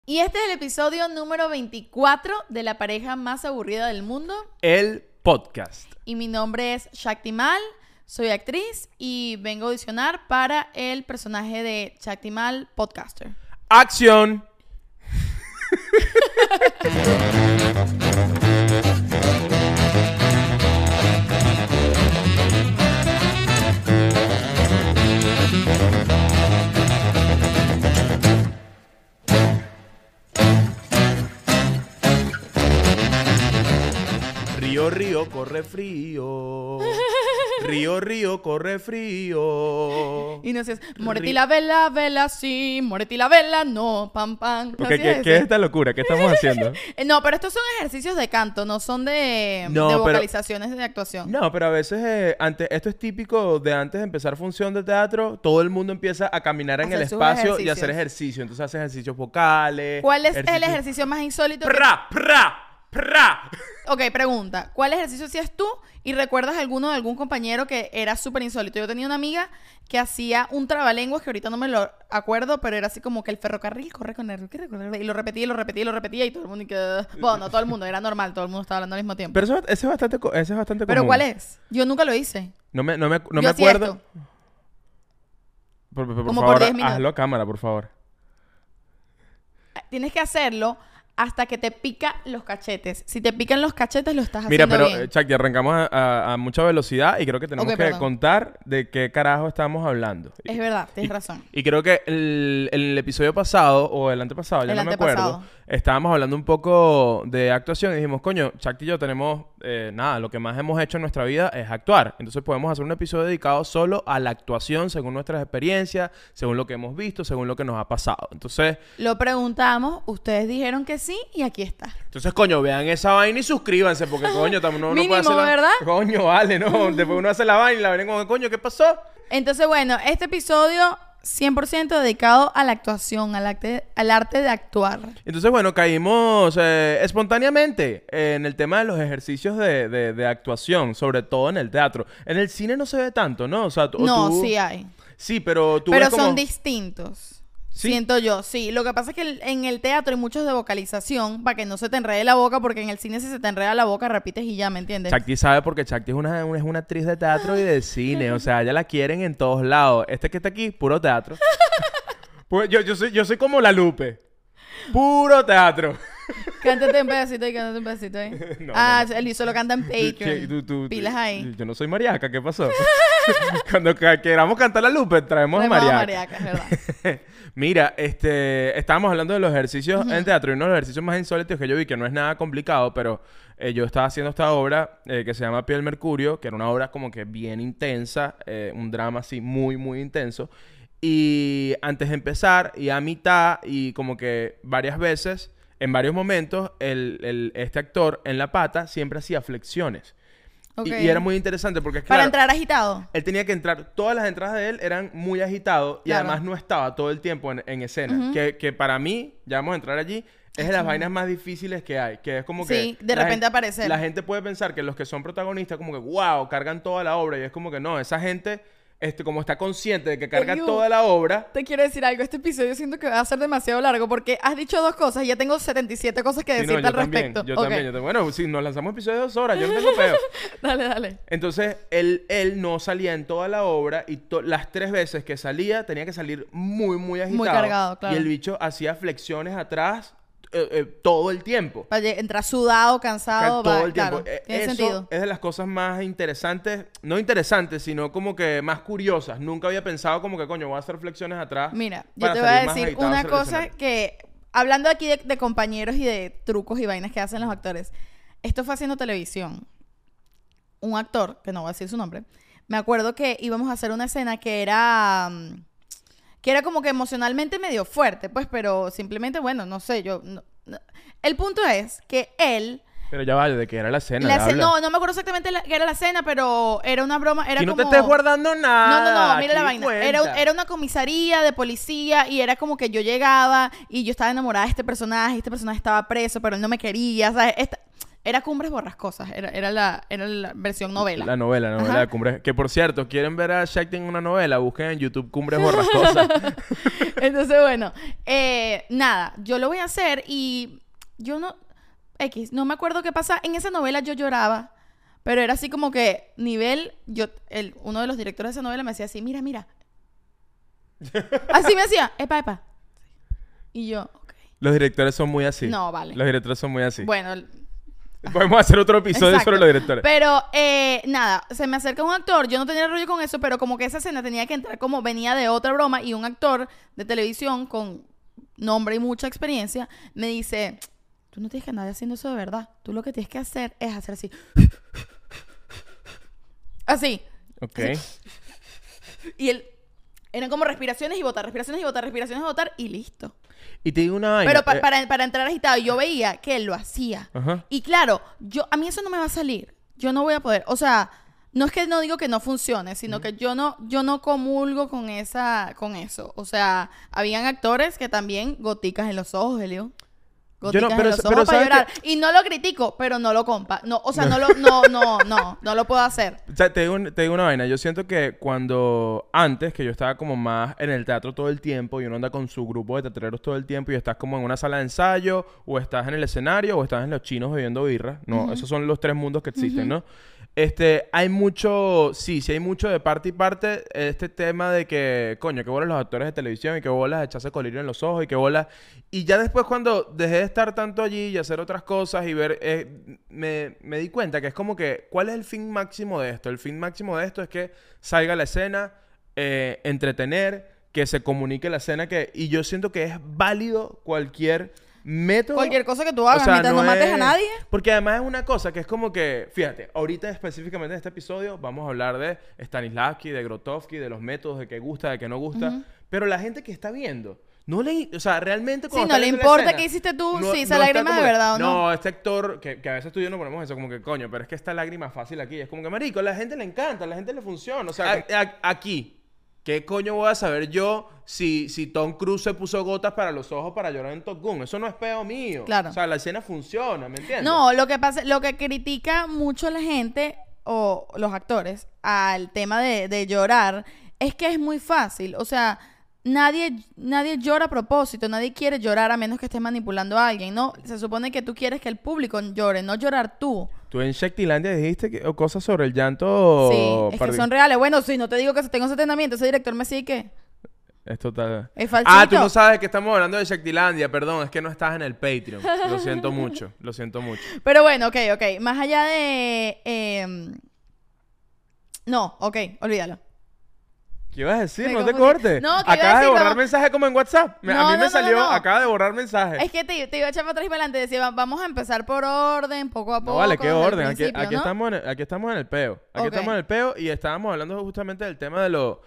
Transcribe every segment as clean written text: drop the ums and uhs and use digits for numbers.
Y este es el episodio número 24 de La pareja más aburrida del mundo. El podcast. Y mi nombre es Shaktimal, soy actriz y vengo a audicionar para el personaje de Shaktimal Podcaster. ¡Acción! Río, río, corre frío. Río, río, corre frío. Y no sé, Moretti la vela, vela sí, Moretti la vela no, pam, pam. ¿No Okay, ¿qué es esta locura? ¿Qué estamos haciendo? No, pero estos son ejercicios de canto, no son de vocalizaciones de actuación. No, pero a veces esto es típico de antes de empezar función de teatro. Todo el mundo empieza a caminar en el espacio y a hacer ejercicio. Entonces hace ejercicios vocales. ¿Cuál es el ejercicio más insólito? ¡Pra, pra, pra! Ok, pregunta. ¿Cuál ejercicio hacías tú y recuerdas alguno de algún compañero que era súper insólito? Yo tenía una amiga que hacía un trabalenguas que ahorita no me lo acuerdo, pero era así como que el ferrocarril corre con el... Y lo repetía, y lo repetía, y lo repetía y todo el mundo... Bueno, no todo el mundo, era normal, todo el mundo estaba hablando al mismo tiempo. Pero ese es bastante común. ¿Pero cuál es? Yo nunca lo hice. No me Yo acuerdo. Por Como favor, por 10 minutos. hazlo a cámara, por favor. Tienes que hacerlo hasta que te pica los cachetes. Si te pican los cachetes, lo estás Mira, haciendo pero, bien. Chuck, ya arrancamos a mucha velocidad y creo que tenemos que contar de qué carajo estamos hablando. Es verdad, tienes razón. Y creo que el episodio pasado, o el antepasado, ya no me acuerdo, estábamos hablando un poco de actuación y dijimos, coño, Chuck y yo tenemos, lo que más hemos hecho en nuestra vida es actuar. Entonces podemos hacer un episodio dedicado solo a la actuación según nuestras experiencias, según lo que hemos visto, según lo que nos ha pasado. Entonces... Lo preguntamos, ustedes dijeron que sí y aquí está. Entonces, coño, vean esa vaina y suscríbanse porque, coño, no mínimo, puede hacer la... ¿verdad? Coño, vale, ¿no? Después uno hace la vaina y la ven como, coño, ¿qué pasó? Entonces, bueno, este episodio 100% dedicado a la actuación, al arte de actuar. Entonces, bueno, caímos espontáneamente en el tema de los ejercicios de actuación, sobre todo en el teatro. En el cine no se ve tanto, ¿no? O sea, sí hay. Sí, pero tú Pero ves como... son distintos. ¿Sí? Siento yo, sí. Lo que pasa es que en el teatro hay muchos de vocalización para que no se te enrede la boca, porque en el cine si se te enreda la boca repites y ya, ¿me entiendes? Chakti sabe porque Chakti es una actriz de teatro y de cine. O sea, ella la quieren en todos lados. Este que está aquí, puro teatro. Pues yo soy como la Lupe. Puro teatro. Cántate un pedacito ahí, No. Él solo canta en Patreon. Pilas ahí. Yo no soy mariaca, ¿qué pasó? Cuando queramos cantar la Lupe, traemos mariaca. Es verdad. Mira, estábamos hablando de los ejercicios en teatro y uno de los ejercicios más insólitos que yo vi, que no es nada complicado, pero yo estaba haciendo esta obra que se llama Piel Mercurio, que era una obra como que bien intensa, un drama así muy, muy intenso. Y antes de empezar y a mitad y como que varias veces, en varios momentos, este actor en la pata siempre hacía flexiones. Okay. Y era muy interesante porque, claro, ¿para entrar agitado? Él tenía que entrar... Todas las entradas de él eran muy agitados y además no estaba todo el tiempo en escena. Que para mí, ya vamos a entrar allí, es de las vainas más difíciles que hay. Que es como que... Sí, de repente aparecer. La gente puede pensar que los que son protagonistas como que, wow, cargan toda la obra. Y es como que no, esa gente... como está consciente de que carga toda la obra... Te quiero decir algo. Este episodio siento que va a ser demasiado largo porque has dicho 2 cosas y ya tengo 77 cosas que decirte al respecto. Yo también. Bueno, si nos lanzamos episodios de 2 horas, yo no tengo peo. Dale. Entonces, él no salía en toda la obra y las 3 veces que salía tenía que salir muy, muy agitado. Muy cargado, claro. Y el bicho hacía flexiones atrás... todo el tiempo. Para entrar sudado, cansado. Todo el tiempo. Claro, tiene sentido. Es de las cosas más interesantes, no interesantes, sino como que más curiosas. Nunca había pensado como que, coño, voy a hacer flexiones atrás. Mira, yo te voy a decir una cosa que, hablando aquí de compañeros y de trucos y vainas que hacen los actores, esto fue haciendo televisión. Un actor, que no voy a decir su nombre, me acuerdo que íbamos a hacer una escena que era como que emocionalmente medio fuerte, pues, pero simplemente, bueno, no sé, el punto es que él... Pero ya vale, ¿de qué era la escena? No me acuerdo exactamente qué era la escena, pero era una broma, era no como... te estés guardando nada. No, mira la vaina. Era una comisaría de policía y era como que yo llegaba y yo estaba enamorada de este personaje estaba preso, pero él no me quería, ¿sabes? Era Cumbres Borrascosas, era la versión novela. La novela de Cumbres. Que por cierto, ¿quieren ver a Shakti en una novela? Busquen en YouTube Cumbres Borrascosas. Entonces, bueno, nada, yo lo voy a hacer y yo no me acuerdo qué pasa. En esa novela yo lloraba, pero era así como que uno de los directores de esa novela me decía así, mira. Así me decía, epa. Y yo, ok. Los directores son muy así. No, vale. Los directores son muy así. Bueno, podemos hacer otro episodio sobre los directores. Pero, nada, se me acerca un actor. Yo no tenía rollo con eso, pero como que esa escena tenía que entrar como venía de otra broma. Y un actor de televisión con nombre y mucha experiencia me dice, tú no tienes que andar haciendo eso de verdad. Tú lo que tienes que hacer es hacer así. Así. Ok. Así. Y eran como respiraciones y botar y listo. Y te digo una vaina. Pero para entrar agitado, yo veía que él lo hacía. Ajá. Y claro, a mí eso no me va a salir. Yo no voy a poder. O sea, no es que no digo que no funcione, sino que yo no comulgo con eso. O sea, habían actores que también goticas en los ojos, Elio. Goticas en los ojos para llorar. Y no lo critico, pero no lo compa. No, o sea, no lo puedo hacer. O sea, te digo una vaina. Yo siento que antes, que yo estaba como más en el teatro todo el tiempo y uno anda con su grupo de teatreros todo el tiempo y estás como en una sala de ensayo o estás en el escenario o estás en los chinos bebiendo birra. No, esos son los tres mundos que existen, ¿no? Hay mucho de parte y parte este tema de que, coño, que bolas los actores de televisión y que bolas echarse colirio en los ojos y que bolas. Y ya después cuando dejé de estar tanto allí y hacer otras cosas y ver, me di cuenta que es como que, ¿cuál es el fin máximo de esto? El fin máximo de esto es que salga la escena, entretener, que se comunique la escena, y yo siento que es válido cualquier método. Cualquier cosa que tú hagas, mientras no mates a nadie. Porque además es una cosa que es como que, fíjate, ahorita específicamente en este episodio vamos a hablar de Stanislavski, de Grotowski, de los métodos, de qué gusta, de qué no gusta. Pero la gente que está viendo, o sea, realmente sí, no le importa qué hiciste tú, si esa lágrima de verdad o no. No, este actor, que a veces tú y yo no ponemos eso, como que, coño, pero es que esta lágrima es fácil aquí. Es como que, marico, a la gente le encanta, a la gente le funciona. O sea, aquí, ¿qué coño voy a saber yo si Tom Cruise se puso gotas para los ojos para llorar en Top Gun? Eso no es peo mío. Claro. O sea, la escena funciona, ¿me entiendes? No, lo que critica mucho la gente o los actores al tema de llorar es que es muy fácil. O sea, nadie llora a propósito, nadie quiere llorar a menos que estés manipulando a alguien, ¿no? Se supone que tú quieres que el público llore, no llorar tú. Tú en Shaktilandia dijiste cosas sobre el llanto. Sí, es que son reales. Bueno, si no te digo que tengo ese entrenamiento, ese director me sigue que... Es total. Es falsito. Tú no sabes que estamos hablando de Shaktilandia, perdón, es que no estás en el Patreon. Lo siento mucho. Pero bueno, ok. Más allá de... No, ok, olvídalo. ¿Qué ibas a decir? No te cortes. No, acabas de borrar mensaje como en WhatsApp. A mí me salió, acaba de borrar mensaje. Es que te iba a echar para atrás y para adelante. Decía, vamos a empezar por orden, poco a poco. No vale, ¿qué orden? Aquí ¿no? estamos en el peo. Estamos en el peo y estábamos hablando justamente del tema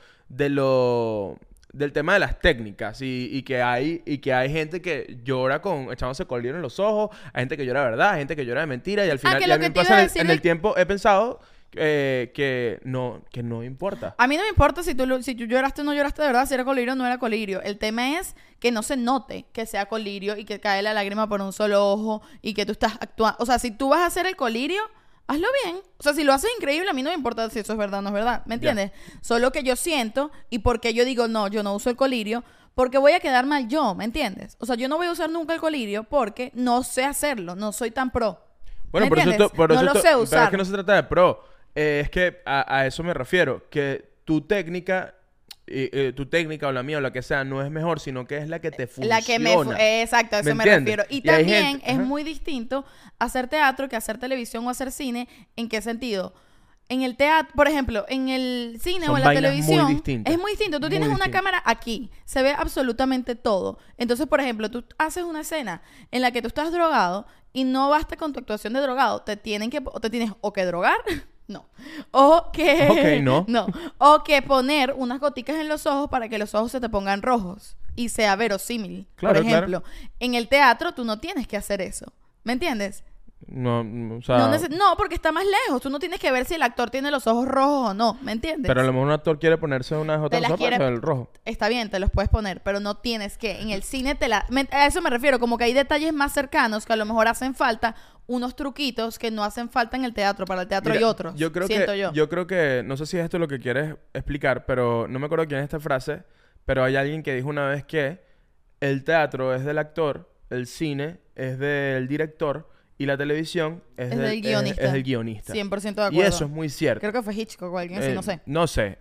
del tema de las técnicas y que hay gente que llora echándose colirio en los ojos, hay gente que llora de verdad, hay gente que llora de mentira y al final a mí me pasa en el tiempo he pensado que no importa. A mí no me importa si tú lloraste o no lloraste de verdad, si era colirio o no era colirio. El tema es que no se note que sea colirio y que cae la lágrima por un solo ojo y que tú estás actuando. O sea, si tú vas a hacer el colirio, hazlo bien. O sea, si lo haces increíble, a mí no me importa si eso es verdad o no es verdad. ¿Me entiendes? Yeah. Solo que yo siento y porque yo digo, no, yo no uso el colirio, porque voy a quedar mal yo, ¿me entiendes? O sea, yo no voy a usar nunca el colirio porque no sé hacerlo, no soy tan pro. Bueno, por eso no lo sé usar. Pero es que no se trata de pro. Es que a eso me refiero. Que tu técnica o la mía o la que sea no es mejor, sino que es la que te funciona. Exacto, a eso me refiero. Y también es muy distinto hacer teatro que hacer televisión o hacer cine. ¿En qué sentido? En el teatro, por ejemplo, en el cine o en la televisión es muy distinto. Tú tienes una cámara aquí, se ve absolutamente todo. Entonces, por ejemplo, tú haces una escena en la que tú estás drogado y no basta con tu actuación de drogado. Te tienes o que drogar, no. O que... Ok, no. No. O que poner unas goticas en los ojos para que los ojos se te pongan rojos y sea verosímil. Claro, por ejemplo, en el teatro tú no tienes que hacer eso. ¿Me entiendes? No, o sea... No, porque está más lejos. Tú no tienes que ver si el actor tiene los ojos rojos o no, ¿me entiendes? Pero a lo mejor un actor quiere ponerse unas otras cosas el rojo. Está bien, te los puedes poner, pero no tienes que. En el cine a eso me refiero, como que hay detalles más cercanos que a lo mejor hacen falta, unos truquitos que no hacen falta en el teatro. Para el teatro hay otros, yo creo que, no sé si esto es lo que quieres explicar, pero no me acuerdo quién es esta frase, pero hay alguien que dijo una vez que el teatro es del actor, el cine es del director y la televisión es del guionista. Es del guionista. 100% de acuerdo. Y eso es muy cierto. Creo que fue Hitchcock o alguien así, no sé. No sé.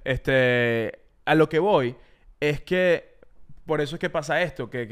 A lo que voy es que por eso es que pasa esto, que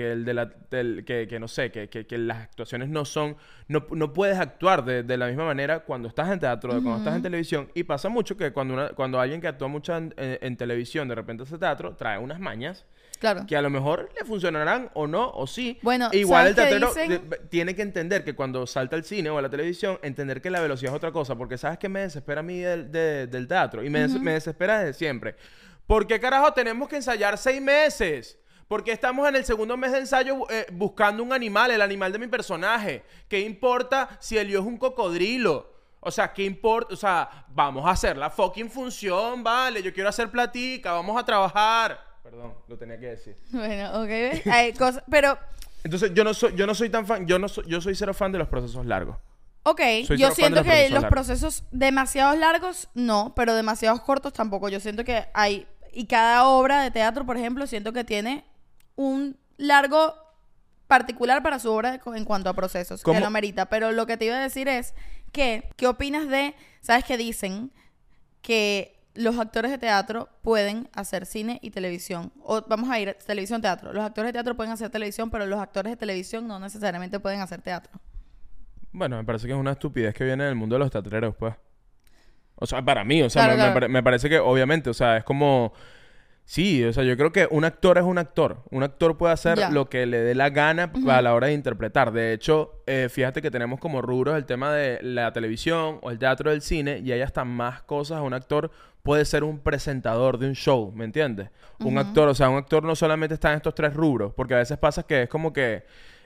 no sé, que las actuaciones no son... No puedes actuar de la misma manera cuando estás en teatro, cuando estás en televisión. Y pasa mucho que cuando alguien que actúa mucho en televisión de repente hace teatro, trae unas mañas... Claro. Que a lo mejor le funcionarán o no, o sí. Bueno, igual el teatrero tiene que entender que cuando salta al cine o a la televisión, entender que la velocidad es otra cosa. Porque ¿sabes qué me desespera a mí del teatro? Y me desespera desde siempre. ¿Por qué carajo tenemos que ensayar 6 meses? Porque estamos en el segundo mes de ensayo buscando un animal, el animal de mi personaje. ¿Qué importa si Elio es un cocodrilo? O sea, ¿qué importa? O sea, vamos a hacer la fucking función, vale. Yo quiero hacer platica, vamos a trabajar. Perdón, lo tenía que decir. Bueno, ok. Hay cosas, pero... Entonces, yo no soy tan fan... Yo soy cero fan de los procesos largos. Ok, yo siento que los procesos demasiado largos, no, pero demasiado cortos tampoco. Yo siento que hay... Y cada obra de teatro, por ejemplo, siento que tiene un largo particular para su obra en cuanto a procesos. ¿Cómo? Que lo merita. Pero lo que te iba a decir es que... ¿Qué opinas de... ¿Sabes qué dicen? Que... los actores de teatro pueden hacer cine y televisión. O vamos a ir televisión, teatro. Los actores de teatro pueden hacer televisión, pero los actores de televisión no necesariamente pueden hacer teatro. Bueno, me parece que es una estupidez que viene del mundo de los teatreros, pues. O sea, para mí, o sea, claro. Me parece que obviamente, o sea, es como... Sí, o sea, yo creo que un actor es un actor. Un actor puede hacer lo que le dé la gana a la hora de interpretar. De hecho, fíjate que tenemos como rubros el tema de la televisión o el teatro del cine y hay hasta más cosas. Un actor puede ser un presentador de un show, ¿me entiendes? Un actor no solamente está en estos 3 rubros, porque a veces pasa que es como que,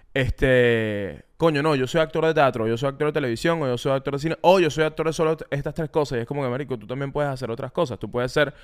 coño, no, yo soy actor de teatro, yo soy actor de televisión, o yo soy actor de cine, o yo soy actor de solo estas 3 cosas. Y es como que, marico, tú también puedes hacer otras cosas. Tú puedes ser,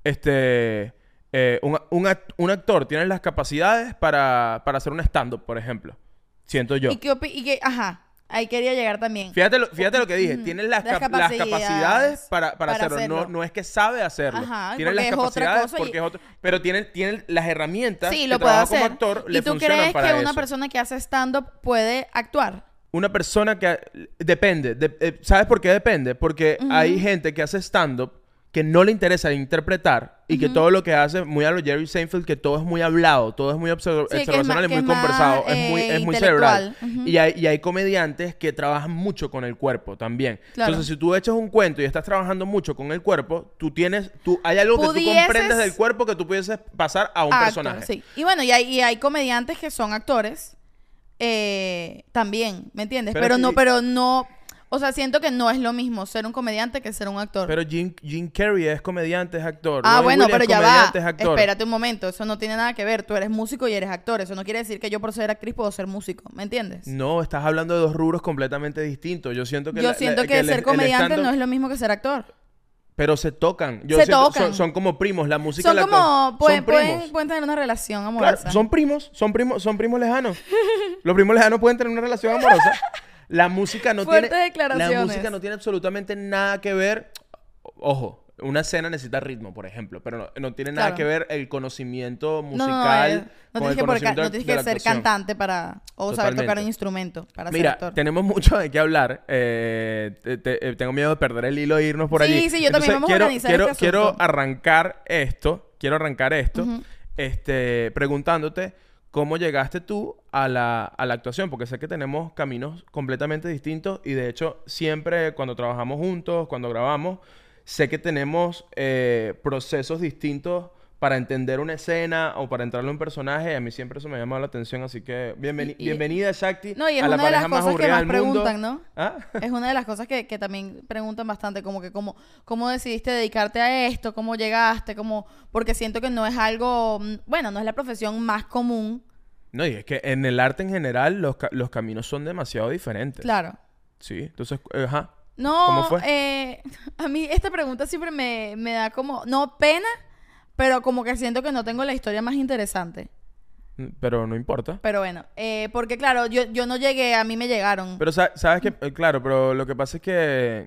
un actor tiene las capacidades para hacer un stand-up, por ejemplo. Siento yo. Ajá. Ahí quería llegar también. Fíjate lo que dije. Tiene las capacidades para hacerlo. No es que sabe hacerlo. Ajá, tiene las capacidades porque es otro. Pero tiene las herramientas sí, que lo puede hacer. Como actor le funcionan para eso. ¿Y tú crees que una persona que hace stand-up puede actuar? Una persona que... Depende. ¿Sabes por qué depende? Porque hay gente que hace stand-up que no le interesa interpretar y que todo lo que hace, muy a lo Jerry Seinfeld, que todo es muy hablado, todo es muy observacional y muy conversado, es muy cerebral. Y hay comediantes que trabajan mucho con el cuerpo también. Claro. Entonces, si tú echas un cuento y estás trabajando mucho con el cuerpo, hay algo que tú comprendes del cuerpo que tú pudieses pasar a un personaje. Sí. Y bueno, y hay comediantes que son actores también, ¿me entiendes? Pero no... O sea, siento que no es lo mismo ser un comediante que ser un actor. Pero Jim Carrey es comediante, es actor. Bueno, pero ya va. Espérate un momento. Eso no tiene nada que ver. Tú eres músico y eres actor. Eso no quiere decir que yo por ser actriz puedo ser músico. ¿Me entiendes? No, estás hablando de 2 rubros completamente distintos. Yo siento que ser comediante no es lo mismo que ser actor. Pero se tocan. Son como primos. La música son como... Pueden tener una relación amorosa. Claro, son primos lejanos. Los primos lejanos pueden tener una relación amorosa. La música no tiene absolutamente nada que ver. Ojo, una escena necesita ritmo, por ejemplo, pero no tiene nada que ver el conocimiento musical. No tienes que ser cantante o saber tocar un instrumento para ser actor. Mira, tenemos mucho de qué hablar. Tengo miedo de perder el hilo e irnos por allí. Sí, yo también vamos a organizar quiero arrancar esto. Preguntándote ¿cómo llegaste tú a la actuación? Porque sé que tenemos caminos completamente distintos y de hecho siempre cuando trabajamos juntos, cuando grabamos, sé que tenemos procesos distintos para entender una escena o para entrarle a un personaje. Y a mí siempre eso me ha llamado la atención, así que bienvenida Shakti no, y es a la una de las cosas que más preguntan, ¿no? ¿Ah? Es una de las cosas que también preguntan bastante, como que cómo decidiste dedicarte a esto, cómo llegaste, porque siento que no es algo, bueno, no es la profesión más común. No, y es que en el arte en general los caminos son demasiado diferentes. Claro. Sí, entonces, ajá. No, ¿Cómo fue? A mí esta pregunta siempre me da como, no pena, pero como que siento que no tengo la historia más interesante. Pero no importa. Pero bueno, porque claro, yo no llegué, a mí me llegaron. Pero sabes que, claro, pero lo que pasa es que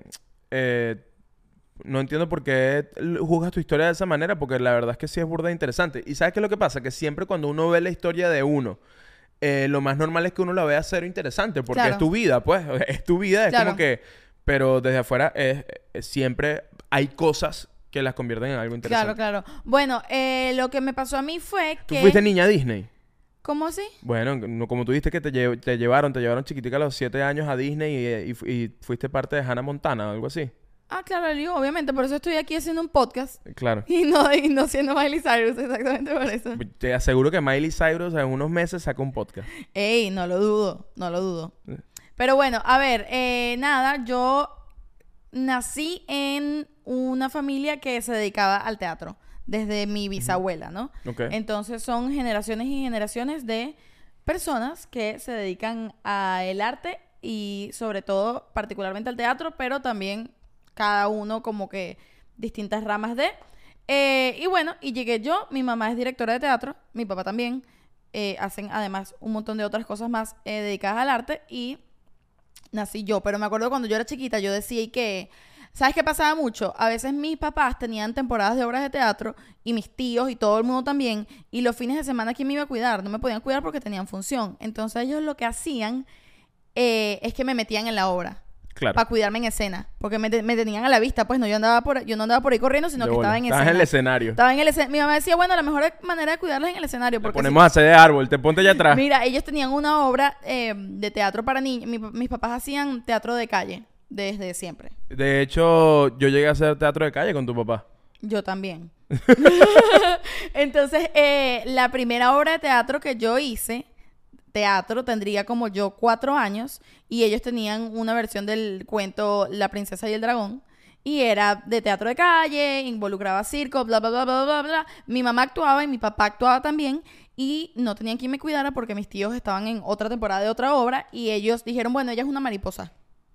no entiendo por qué juzgas tu historia de esa manera, porque la verdad es que sí es burda interesante. Y ¿sabes qué es lo que pasa? Que siempre cuando uno ve la historia de uno, lo más normal es que uno la vea cero interesante, porque Claro. es tu vida, pues, es tu vida, es Claro. como que... Pero desde afuera siempre hay cosas que las convierten en algo interesante. Claro, claro. Bueno, lo que me pasó a mí fue ¿Tú que... fuiste niña Disney? ¿Cómo así? Bueno, como tú dijiste que te llevaron chiquitica a los 7 años a Disney y fuiste parte de Hannah Montana o algo así. Ah, claro, Liu, obviamente, por eso estoy aquí haciendo un podcast Claro. y no siendo Miley Cyrus, exactamente por eso. Te aseguro que Miley Cyrus en unos meses saca un podcast. Ey, no lo dudo. Pero bueno, a ver, nada, yo nací en una familia que se dedicaba al teatro, desde mi bisabuela, ¿no? Ok. Entonces son generaciones y generaciones de personas que se dedican al arte y sobre todo particularmente al teatro, pero también cada uno como que distintas ramas de... y bueno, y llegué yo, mi mamá es directora de teatro, mi papá también, hacen además un montón de otras cosas más dedicadas al arte y nací yo. Pero me acuerdo cuando yo era chiquita, yo decía y que... ¿Sabes qué pasaba mucho? A veces mis papás tenían temporadas de obras de teatro y mis tíos y todo el mundo también. Y los fines de semana, ¿quién me iba a cuidar? No me podían cuidar porque tenían función. Entonces ellos lo que hacían es que me metían en la obra. Claro. Para cuidarme en escena. Porque me tenían a la vista. Pues no, yo no andaba por ahí corriendo, sino De que bola. estaba en Estabas escena. en el escenario. Estaba en el escenario. Mi mamá decía, bueno, la mejor manera de cuidarlas es en el escenario. Te Porque ponemos a hacer de árbol, te ponte allá atrás. Mira, ellos tenían una obra de teatro para niños. Mis papás hacían teatro de calle desde siempre. De hecho, yo llegué a hacer teatro de calle con tu papá. Yo también. Entonces, la primera obra de teatro que yo hice, teatro, tendría como yo 4 años y ellos tenían una versión del cuento La princesa y el dragón y era de teatro de calle, involucraba circo, bla, bla, bla, bla, bla, bla. Mi mamá actuaba y mi papá actuaba también y no tenían quien me cuidara porque mis tíos estaban en otra temporada de otra obra y ellos dijeron, bueno, ella es una mariposa.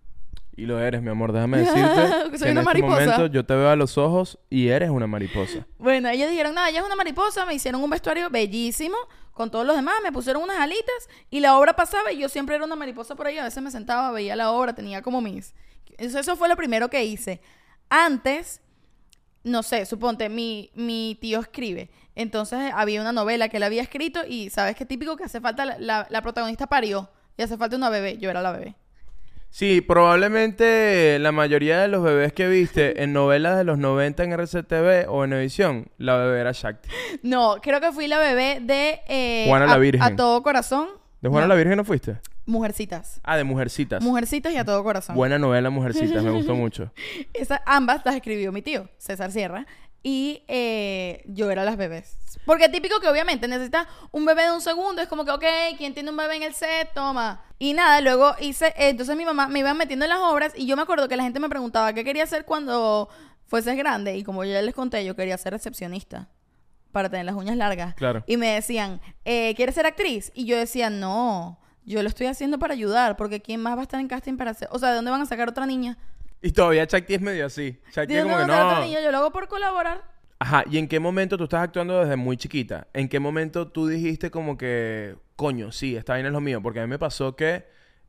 Y lo eres, mi amor. Déjame decirte Soy que una en mariposa. este momento yo te veo a los ojos y eres una mariposa. Bueno, ellos dijeron, nada, ella es una mariposa, me hicieron un vestuario bellísimo con todos los demás, me pusieron unas alitas y la obra pasaba y yo siempre era una mariposa por ahí, a veces me sentaba, veía la obra, tenía como mis... Eso fue lo primero que hice. Antes, no sé, suponte, mi tío escribe, entonces había una novela que él había escrito y ¿sabes qué típico? Que hace falta, la protagonista parió y hace falta una bebé, yo era la bebé. Sí, probablemente la mayoría de los bebés que viste en novelas de los 90 en RCTV o en Venevisión, la bebé era Shakti. No, creo que fui la bebé de... Juana la Virgen. A todo corazón. ¿De Juana No, la Virgen no fuiste? Mujercitas. Ah, de Mujercitas. Mujercitas y a todo corazón. Buena novela, Mujercitas. Me gustó mucho. Ambas las escribió mi tío, César Sierra. Y yo era las bebés. Porque típico que obviamente necesitas un bebé de un segundo. Es como que, ok, ¿quién tiene un bebé en el set? Toma. Y nada, luego hice... entonces mi mamá me iba metiendo en las obras. Y yo me acuerdo que la gente me preguntaba qué quería hacer cuando fueses grande. Y como yo ya les conté, yo quería ser recepcionista. Para tener las uñas largas. Claro. Y me decían, ¿quieres ser actriz? Y yo decía, no, yo lo estoy haciendo para ayudar. Porque ¿quién más va a estar en casting para hacer? O sea, ¿de dónde van a sacar otra niña? Y todavía Shakti es medio así. Shakti ¿De es dónde como van que a sacar no. otra niña? Yo lo hago por colaborar. Ajá, ¿y en qué momento tú estás actuando desde muy chiquita? ¿En qué momento tú dijiste como que, coño, sí, esta vaina es lo mío? Porque a mí me pasó que,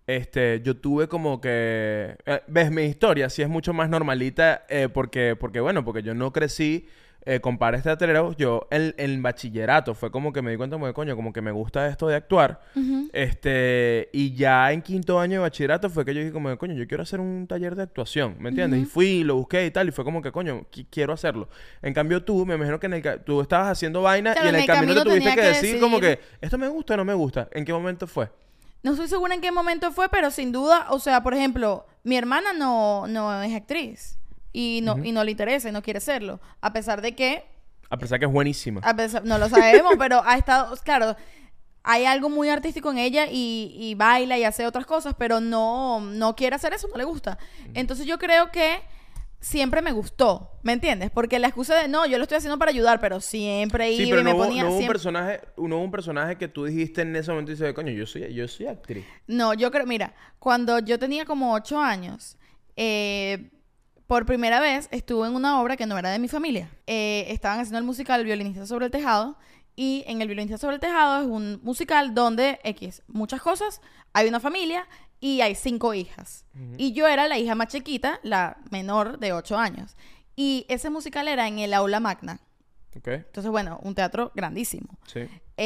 yo tuve como que... ¿ves? Mi historia sí es mucho más normalita porque yo no crecí con padres teatreros. Yo, en bachillerato fue como que me di cuenta como que, coño, como que me gusta esto de actuar. Uh-huh. Y ya en 5º año de bachillerato fue que yo dije como que, coño, yo quiero hacer un taller de actuación, ¿me entiendes? Uh-huh. Y fui, lo busqué y tal, y fue como que, coño, quiero hacerlo. En cambio tú, me imagino que tú estabas haciendo vaina Claro, y en el camino tuviste tenía que que decir como decidir. que, ¿esto me gusta o no me gusta? ¿En qué momento fue? No estoy segura en qué momento fue, pero sin duda, o sea, por ejemplo, mi hermana no es actriz y no le interesa y no quiere serlo, a pesar de que, A pesar que es buenísima. no lo sabemos, pero ha estado, claro, hay algo muy artístico en ella y baila y hace otras cosas, pero no quiere hacer eso, no le gusta. Entonces yo creo que siempre me gustó, ¿me entiendes? Porque la excusa de, no, yo lo estoy haciendo para ayudar, pero siempre Sí, iba pero y me ponía... no hubo siempre... un personaje que tú dijiste en ese momento y dices, coño, yo soy actriz. No, yo creo, mira, cuando yo tenía como 8 años, por primera vez estuve en una obra que no era de mi familia. Estaban haciendo el musical El violinista sobre el tejado, y en El violinista sobre el tejado es un musical donde, muchas cosas, hay una familia y hay 5 hijas. Uh-huh. Y yo era la hija más chiquita, la menor de 8 años. Y ese musical era en el Aula Magna. Okay. Entonces, bueno, un teatro grandísimo. Sí.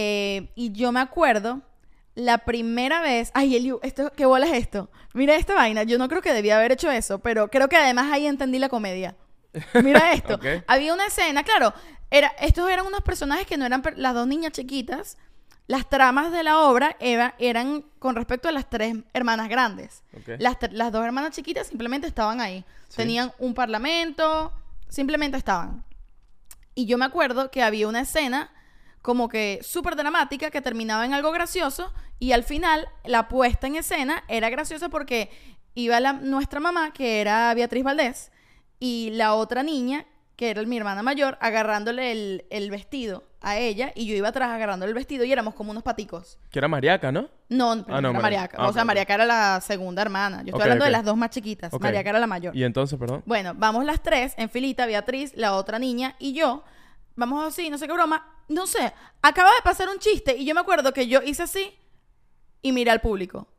Y yo me acuerdo la primera vez... Ay, Eliu, ¿qué bola es esto? Mira esta vaina. Yo no creo que debía haber hecho eso, pero creo que además ahí entendí la comedia. Mira esto. Okay. Había una escena, claro, estos eran unos personajes que no eran las 2 niñas chiquitas. Las tramas de la obra eran con respecto a las 3 hermanas grandes. Okay. Las 2 hermanas chiquitas simplemente estaban ahí. Sí. Tenían un parlamento, simplemente estaban. Y yo me acuerdo que había una escena como que súper dramática que terminaba en algo gracioso, y al final la puesta en escena era graciosa porque iba nuestra mamá, que era Beatriz Valdés, y la otra niña, que era mi hermana mayor, agarrándole el vestido a ella, y yo iba atrás agarrándole el vestido, y éramos como unos paticos. Que era Mariaca, ¿no? No, no era Mariaca. O sea, Mariaca era la segunda hermana. Yo estoy hablando de las 2 más chiquitas. Mariaca era la mayor. ¿Y entonces, perdón? Bueno, vamos las 3 en filita, Beatriz, la otra niña y yo. Vamos así, no sé qué broma. No sé, acaba de pasar un chiste, y yo me acuerdo que yo hice así y miré al público.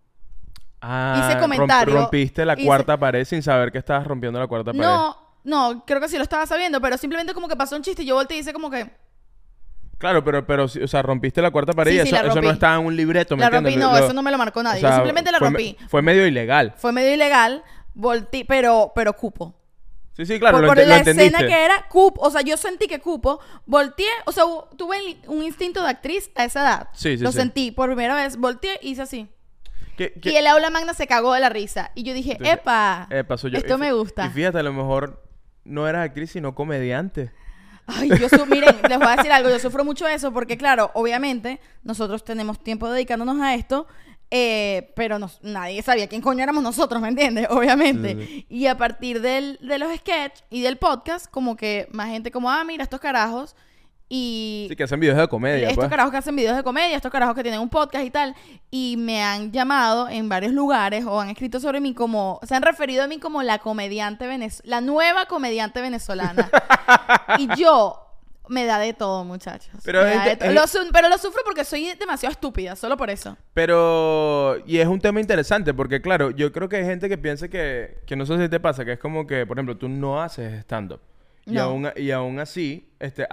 Hice comentario. Rompiste la cuarta pared sin saber que estabas rompiendo la cuarta pared. No, creo que sí lo estaba sabiendo, pero simplemente como que pasó un chiste y yo volteé y hice como que... Claro, pero o sea, rompiste la cuarta pared, y eso no estaba en un libreto, ¿me entiendes? La rompí, eso no me lo marcó nadie. O sea, yo simplemente la rompí. Fue medio ilegal. Volteé, pero cupo. Sí, claro, por lo la entendiste. Escena que era cupo, o sea, yo sentí que cupo, volteé, o sea, tuve un instinto de actriz a esa edad. Sí. Lo sentí por primera vez, volteé y hice así. ¿Qué? Y el Aula Magna se cagó de la risa. Y yo dije, epa, esto me gusta. Y fíjate, a lo mejor no eras actriz, sino comediante. Ay, miren, les voy a decir algo, yo sufro mucho eso porque, claro, obviamente, nosotros tenemos tiempo dedicándonos a esto, pero nadie sabía quién coño éramos nosotros, ¿me entiendes? Obviamente. Sí. Y a partir de los sketches y del podcast, como que más gente como, mira, estos carajos. Y sí, que hacen videos de comedia. Estos carajos que hacen videos de comedia, estos carajos que tienen un podcast y tal. Y me han llamado en varios lugares o han escrito sobre mí se han referido a mí como la nueva comediante venezolana. Y yo... Me da de todo, muchachos. Pero lo sufro porque soy demasiado estúpida, solo por eso. Y es un tema interesante porque, claro, yo creo que hay gente que piensa que no sé si te pasa, que es como que, por ejemplo, tú no haces stand-up. No. Y aún así,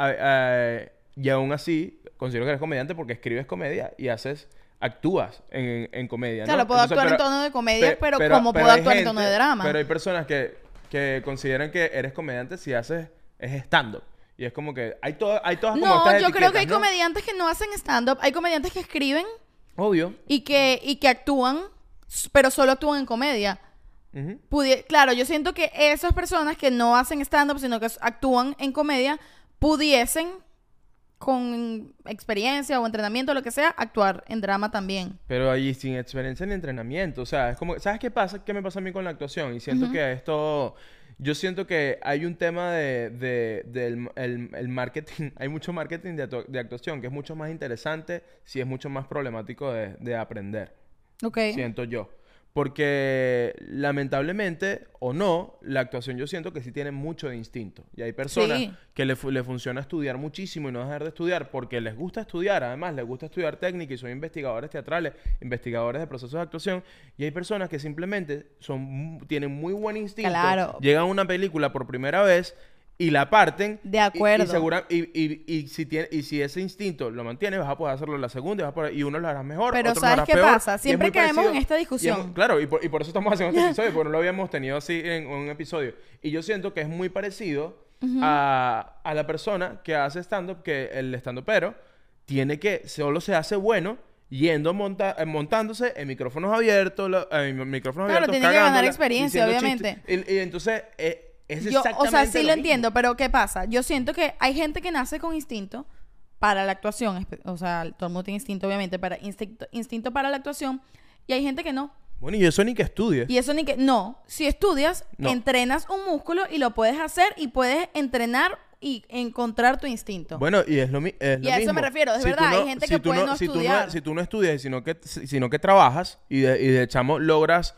considero que eres comediante porque escribes comedia y actúas en comedia, ¿no? Claro, puedo actuar en tono de comedia, pero como puedo actuar en tono de drama. Pero hay personas que consideran que eres comediante si haces stand-up. Y es como que hay todas como estas yo creo que hay comediantes que no hacen stand-up. Hay comediantes que escriben. Obvio. Y que actúan, pero solo actúan en comedia. Uh-huh. Claro, yo siento que esas personas que no hacen stand-up, sino que actúan en comedia, pudiesen, con experiencia o entrenamiento o lo que sea, actuar en drama también. Pero ahí sin experiencia ni entrenamiento. O sea, es como... ¿Sabes qué pasa? ¿Qué me pasa a mí con la actuación? Y siento que esto... Yo siento que hay un tema del marketing. Hay mucho marketing de actuación que es mucho más interesante si es mucho más problemático de aprender. Ok. Siento yo. Porque lamentablemente, o no, la actuación yo siento que sí tiene mucho de instinto. Y hay personas que le funciona estudiar muchísimo y no dejar de estudiar porque les gusta estudiar. Además, les gusta estudiar técnica y son investigadores teatrales, investigadores de procesos de actuación. Y hay personas que simplemente tienen muy buen instinto. Claro. Llegan a una película por primera vez y la parten. De acuerdo. Y si ese instinto lo mantienes, vas a poder hacerlo en la segunda y uno lo hará mejor. Pero otro ¿sabes lo hará qué peor, pasa? Siempre caemos en esta discusión. Claro, y por eso estamos haciendo este episodio, porque no lo habíamos tenido así en un episodio. Y yo siento que es muy parecido a la persona que hace stand-up, que el stand-upero solo se hace bueno montándose en micrófonos abiertos, claro, tiene que ganar experiencia, obviamente. Y entonces... o sea, sí lo entiendo, pero ¿qué pasa? Yo siento que hay gente que nace con instinto para la actuación. O sea, todo el mundo tiene instinto, obviamente, instinto para la actuación. Y hay gente que no. Bueno, y eso ni que estudies. Y eso ni que... No, si estudias, No. entrenas un músculo y lo puedes hacer y puedes entrenar y encontrar tu instinto. Bueno, y es lo mismo. Y a eso me refiero, es verdad, hay gente que puede no estudiar. Si tú no estudias, sino que trabajas y de chamo logras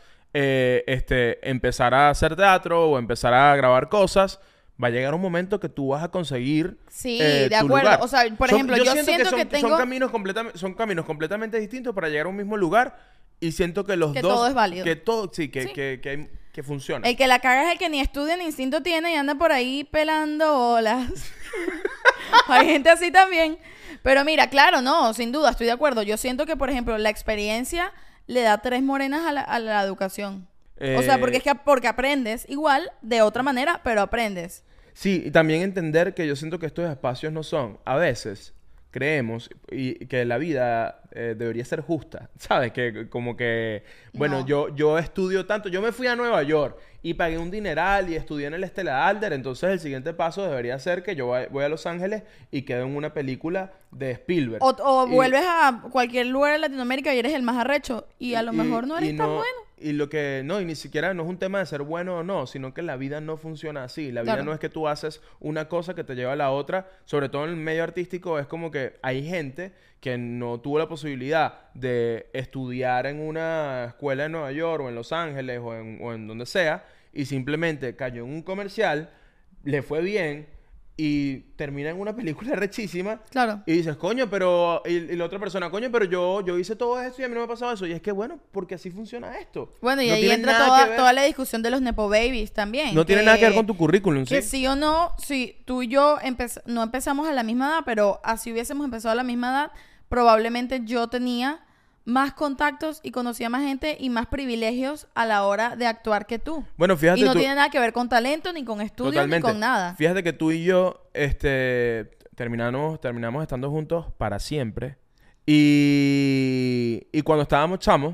empezar a hacer teatro o empezar a grabar cosas, va a llegar un momento que tú vas a conseguir Sí, tu de acuerdo. lugar. O sea, por ejemplo, yo siento que tengo... Son caminos completamente distintos para llegar a un mismo lugar y siento que los Que dos... todo es válido. Que todo, sí, Sí. que funciona. El que la caga es el que ni estudia ni instinto tiene y anda por ahí pelando bolas. Hay gente así también. Pero mira, claro, no, sin duda, estoy de acuerdo. Yo siento que, por ejemplo, la experiencia le da 3 morenas a la educación. O sea, porque aprendes igual, de otra manera, pero aprendes. Sí, y también entender que yo siento que estos espacios no son, a veces creemos y que la vida debería ser justa, ¿sabes? Que como que, bueno, No. yo estudio tanto, yo me fui a Nueva York y pagué un dineral y estudié en el Stella Adler, entonces el siguiente paso debería ser que yo voy a Los Ángeles y quedo en una película de Spielberg. O Y- vuelves a cualquier lugar de Latinoamérica y eres el más arrecho. Y a lo mejor no eres tan bueno. Y lo que, no, y ni siquiera no es un tema de ser bueno o no, sino que la vida no funciona así. La vida Claro. no es que tú haces una cosa que te lleva a la otra. Sobre todo en el medio artístico, es como que hay gente que no tuvo la posibilidad de estudiar en una escuela en Nueva York o en Los Ángeles o en donde sea, y simplemente cayó en un comercial, le fue bien y termina en una película rechísima. Claro. Y dices, coño, pero... Y la otra persona, coño, pero yo hice todo esto y a mí no me ha pasado eso. Y es que, bueno, porque así funciona esto. Bueno, y No ahí tiene entra nada que ver- toda la discusión de los Nepo Babies también. No tiene nada que ver con tu currículum, ¿sí? Que sí o no, si tú y yo no empezamos a la misma edad, pero así hubiésemos empezado a la misma edad, probablemente yo tenía más contactos y conocía más gente y más privilegios a la hora de actuar que tú. Bueno, fíjate Y no tú... tiene nada que ver con talento, ni con estudios, Totalmente. ni con nada. Fíjate que tú y yo, terminamos estando juntos para siempre. Y cuando estábamos chamos,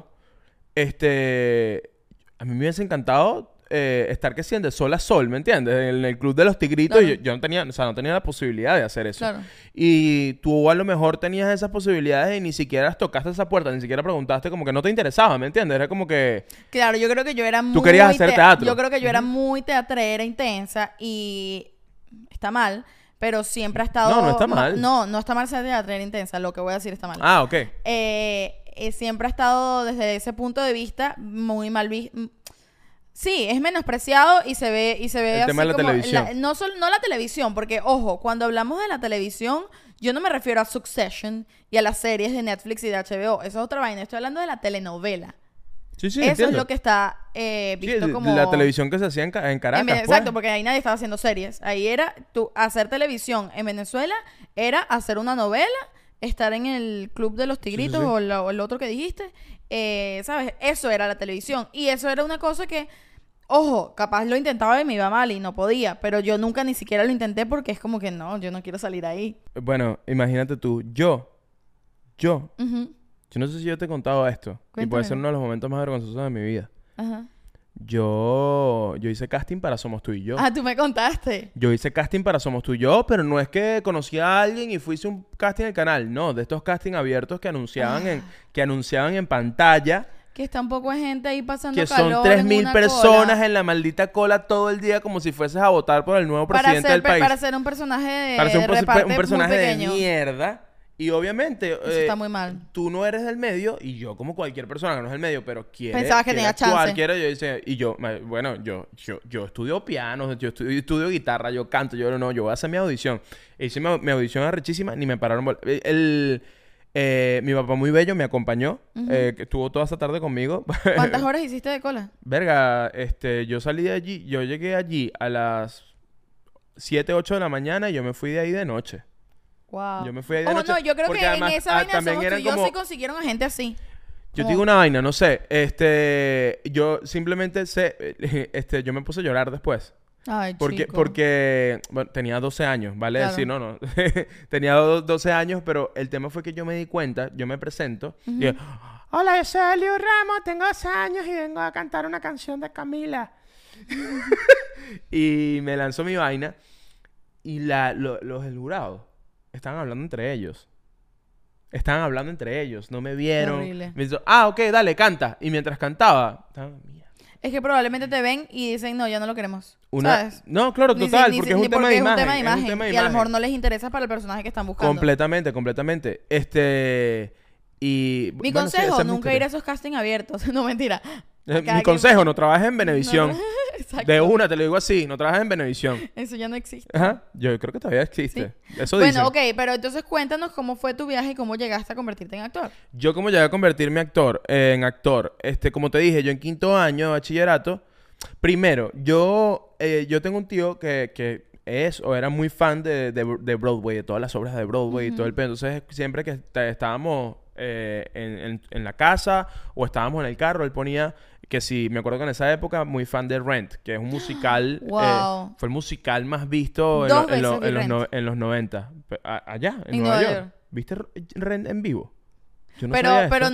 a mí me hubiese encantado estar que sí, de sol a sol, ¿me entiendes? En el Club de los Tigritos, Claro. yo no tenía, o sea, no tenía la posibilidad de hacer eso. Claro. Y tú a lo mejor tenías esas posibilidades y ni siquiera tocaste esa puerta, ni siquiera preguntaste, como que no te interesaba, ¿me entiendes? Era como que... Claro, yo creo que yo era muy... Tú querías hacer teatro. Yo creo que yo era muy teatrera, intensa y está mal, pero siempre ha estado... No, no está mal. No está mal ser teatrera intensa, lo que voy a decir está mal. Ah, ok. Siempre ha estado desde ese punto de vista muy mal visto. Sí, es menospreciado y se ve El así tema de la como televisión. no la televisión, porque ojo, cuando hablamos de la televisión, yo no me refiero a Succession y a las series de Netflix y de HBO, eso es otra vaina, estoy hablando de la telenovela. Sí, sí, Eso entiendo. es lo que está visto Sí, como la televisión que se hacía en Caracas, pues. exacto, porque ahí nadie estaba haciendo series. Ahí era hacer televisión en Venezuela era hacer una novela, estar en el Club de los Tigritos Sí. o el otro que dijiste, ¿sabes? Eso era la televisión y eso era una cosa que, ojo, capaz lo intentaba y me iba mal y no podía, pero yo nunca ni siquiera lo intenté porque es como que no, yo no quiero salir ahí. Bueno, imagínate tú, yo Ujú. no sé si yo te he contado esto, y puede Cuéntame. ser uno de los momentos más vergonzosos de mi vida. Ajá. Yo hice casting para Somos Tú y Yo. Ah, tú me contaste. Yo hice casting para Somos Tú y Yo, pero no es que conocí a alguien y hice un casting en el canal. No, de estos castings abiertos que anunciaban en pantalla, Que está un poco de gente ahí pasando que calor son en 3.000 una personas cola. en la maldita cola todo el día como si fueses a votar por el nuevo presidente del país. Para ser un personaje de Para ser un reparte personaje muy de pequeño. mierda. Y obviamente... Eso está muy mal. Tú no eres del medio y yo como cualquier persona que no es del medio, pero quiere... Pensabas que quiere tenía actuar, chance. quiere, yo dice... Y yo, bueno, yo estudio piano, yo estudio guitarra, yo canto, yo voy a hacer mi audición. Hice mi audición arrechísima, ni me pararon... mi papá muy bello me acompañó, que estuvo toda esa tarde conmigo. ¿Cuántas horas hiciste de cola? Verga, yo salí de allí, yo llegué allí a las 7, 8 de la mañana y yo me fui de ahí de noche. Wow. Yo me fui ahí de Ojo, noche. no, yo creo porque que además, en esa vaina también Somos Tú eran y Yo como... sí consiguieron a gente así. Yo te Como- digo una vaina, no sé. Yo simplemente sé... yo me puse a llorar después. Ay, chico. Porque bueno, tenía 12 años, ¿vale? Claro. Decir, no. Tenía 12 años, pero el tema fue que yo me di cuenta, yo me presento y yo, hola, yo soy Eliu Ramos, tengo 12 años y vengo a cantar una canción de Camila. Y me lanzó mi vaina y los del jurado estaban hablando entre ellos. estaban hablando entre ellos, no me vieron. Horrible. Me dijo, ok, dale, canta. Y mientras cantaba, estaba, mierda. Es que probablemente te ven y dicen, no, ya no lo queremos. ¿Sabes? No, claro, total, porque es un tema de imagen. Es un tema de imagen. Y a lo mejor no les interesa para el personaje que están buscando. Completamente. Y... Mi bueno, sí, consejo, esa es mi nunca ir historia. a esos castings abiertos. No, mentira. Mi consejo, no trabajes en Venevisión. No, exacto. De una, te lo digo así, no trabajes en Venevisión. Eso ya no existe. Ajá, yo creo que todavía existe. Eso Bueno, dicen. ok, pero entonces cuéntanos cómo fue tu viaje y cómo llegaste a convertirte en actor. Yo como llegué a convertirme en actor, como te dije, yo en 5º año de bachillerato, primero, yo tengo un tío que es o era muy fan de Broadway, de todas las obras de Broadway y todo el pedo. Entonces, siempre que estábamos en la casa o estábamos en el carro, él ponía que sí, me acuerdo que en esa época muy fan de Rent, que es un musical, Wow. fue el musical más visto Dos veces vi en los 90. Allá, en En Nueva Nueva York. York. ¿Viste Rent en vivo? Yo no Pero sabía esto.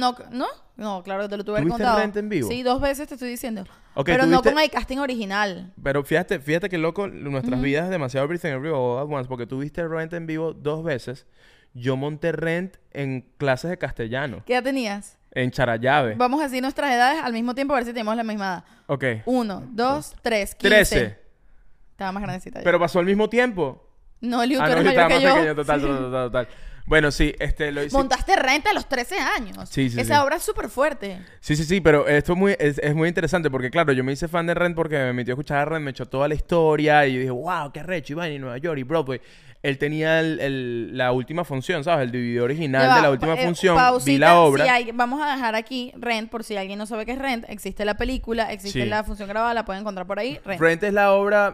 no, claro, te lo tuve que ¿Tuviste contado. Rent en vivo? Sí, 2 veces te estoy diciendo. Ok, pero no tuviste- con el casting original. Pero fíjate que loco, nuestras vidas es demasiado Everything Everywhere All at Once, porque tuviste Rent en vivo 2 veces. Yo monté Rent en clases de castellano, ¿Qué edad tenías? en Charallave. Vamos a decir nuestras edades al mismo tiempo a ver si tenemos la misma edad. Ok. 1, 2, 3, 15. 13. Estaba más grandecita yo. Pero pasó al mismo tiempo. No, Liu, tú No, eres yo mayor estaba que más yo. pequeño, total. Bueno, sí, lo hice. Montaste Renta a los 13 años. Sí, Esa sí. obra es súper fuerte. Sí, pero esto es muy interesante porque, claro, yo me hice fan de Rent porque me metió a escuchar a Rent, me echó toda la historia y yo dije, wow, qué arrecho, Iván, y Nueva York y Broadway. Él tenía la última función, ¿sabes? El DVD original Ya va, de la última función. Vi pausita, la obra. vamos a dejar aquí Rent, por si alguien no sabe qué es Rent. Existe la película, existe Sí. la función grabada, la pueden encontrar por ahí. Rent. Rent es la obra,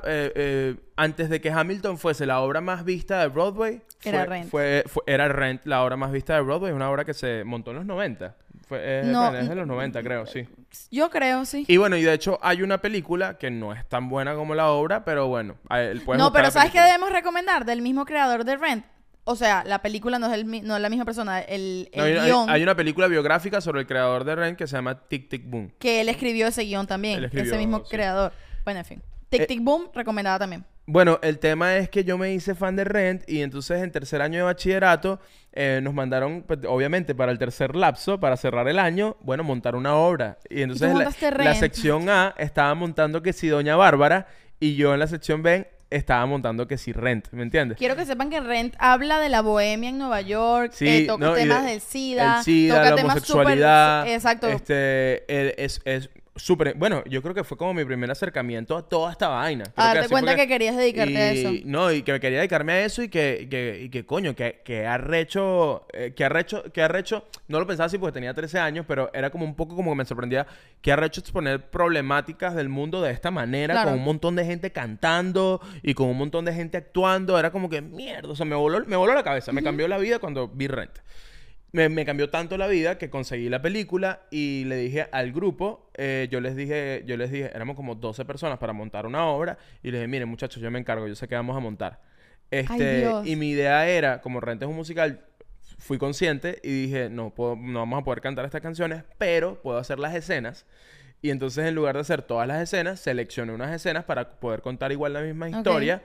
antes de que Hamilton fuese la obra más vista de Broadway. Era Rent. Era Rent la obra más vista de Broadway. Es una obra que se montó en los 90. No, Es de los 90, creo, sí. Yo creo, sí. Y bueno, y de hecho hay una película que no es tan buena como la obra, pero bueno, puedes No, buscar pero la ¿sabes qué película. debemos recomendar? Del mismo creador de Rent. O sea, la película no es la misma persona. El No, guión hay una película biográfica sobre el creador de Rent que se llama Tic Tic Boom. que él escribió ese guión también. Él escribió, Ese mismo sí. creador. Bueno, en fin. Tic Tic Boom, recomendada también. Bueno, el tema es que yo me hice fan de Rent y entonces en 3er año de bachillerato nos mandaron, pues, obviamente, para el 3er lapso, para cerrar el año, bueno, montar una obra. Y entonces montaste la Rent? sección A estaba montando que si Doña Bárbara y yo en la sección B estaba montando que si Rent, ¿me entiendes? Quiero que sepan que Rent habla de la bohemia en Nueva York, Sí, toca no, y temas de- del SIDA, el SIDA, toca la temas homosexualidad. súper... Exacto. Es súper... Bueno, yo creo que fue como mi primer acercamiento a toda esta vaina. Creo A que darte así cuenta fue que querías dedicarte a eso. No, y que me quería dedicarme a eso y que coño, que arrecho... Que arrecho... No lo pensaba así porque tenía 13 años, pero era como un poco como que me sorprendía que arrecho exponer problemáticas del mundo de esta manera, Claro. con un montón de gente cantando y con un montón de gente actuando. Era como que, mierda, o sea, me voló la cabeza. Me cambió la vida cuando vi Rent. Me cambió tanto la vida que conseguí la película y le dije al grupo, yo les dije, éramos como 12 personas para montar una obra y les dije, miren muchachos, yo me encargo, yo sé qué vamos a montar. Ay, Dios. Y mi idea era, como Rent es un musical, fui consciente y dije, no vamos a poder cantar estas canciones, pero puedo hacer las escenas. Y entonces en lugar de hacer todas las escenas, seleccioné unas escenas para poder contar igual la misma historia.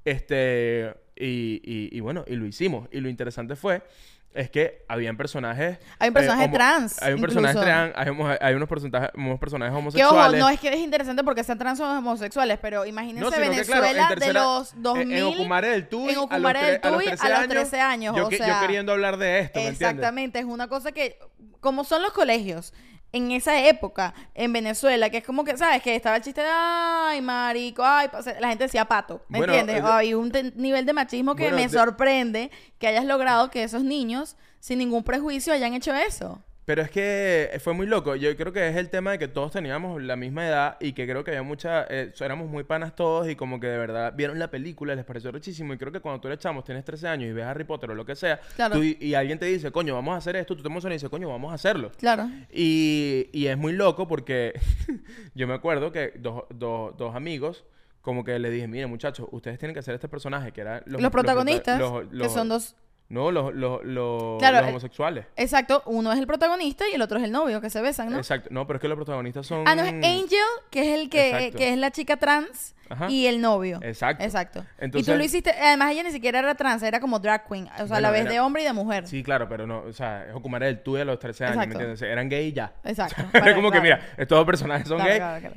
Y bueno, y lo hicimos. Y lo interesante es que habían personajes... Hay un personaje trans, Hay un personaje incluso. trans, hay unos personajes Que ojo, homosexuales. no es que es interesante porque sean trans o homosexuales, pero imagínense No, sino que, Venezuela claro, en de tercera- los 2000... En Ocumare del Tuy, en Ocumare del Tuy a los 13 años, yo, o yo sea, queriendo hablar de esto, ¿me entiendes? Exactamente, es una cosa que, como son los colegios, en esa época, en Venezuela, que es como que, ¿sabes? Que estaba el chiste de, ay, marico, ay, la gente decía pato, ¿me Bueno, entiendes? Hay un nivel de machismo que bueno, me sorprende que hayas logrado que esos niños, sin ningún prejuicio, hayan hecho eso. Pero es que fue muy loco. Yo creo que es el tema de que todos teníamos la misma edad y que creo que había éramos muy panas todos y como que de verdad vieron la película, les pareció rechísimo. Y creo que cuando tú eres chamo, tienes 13 años y ves Harry Potter o lo que sea, Claro. y alguien te dice, coño, vamos a hacer esto, tú te emocionas y dices, coño, vamos a hacerlo. Claro. Y es muy loco porque yo me acuerdo que dos amigos, como que le dije, miren muchachos, ustedes tienen que hacer este personaje, que eran Los protagonistas, que son dos No, Claro, los homosexuales. Exacto. Uno es el protagonista y el otro es el novio, que se besan, ¿no? Exacto. No, pero es que los protagonistas son... Ah, no, es Angel, que es que es la chica trans. Ajá. Y el novio. Exacto. Y tú lo hiciste, además ella ni siquiera era trans, era como drag queen. O sea, Bueno, a la vez de hombre y de mujer. Sí, claro, pero no, o sea, es Okumare del Tuyo a los 13 años, ¿me entiendes? Eran gay y ya. Exacto. Era como que, mira, estos dos personajes son gay. Claro.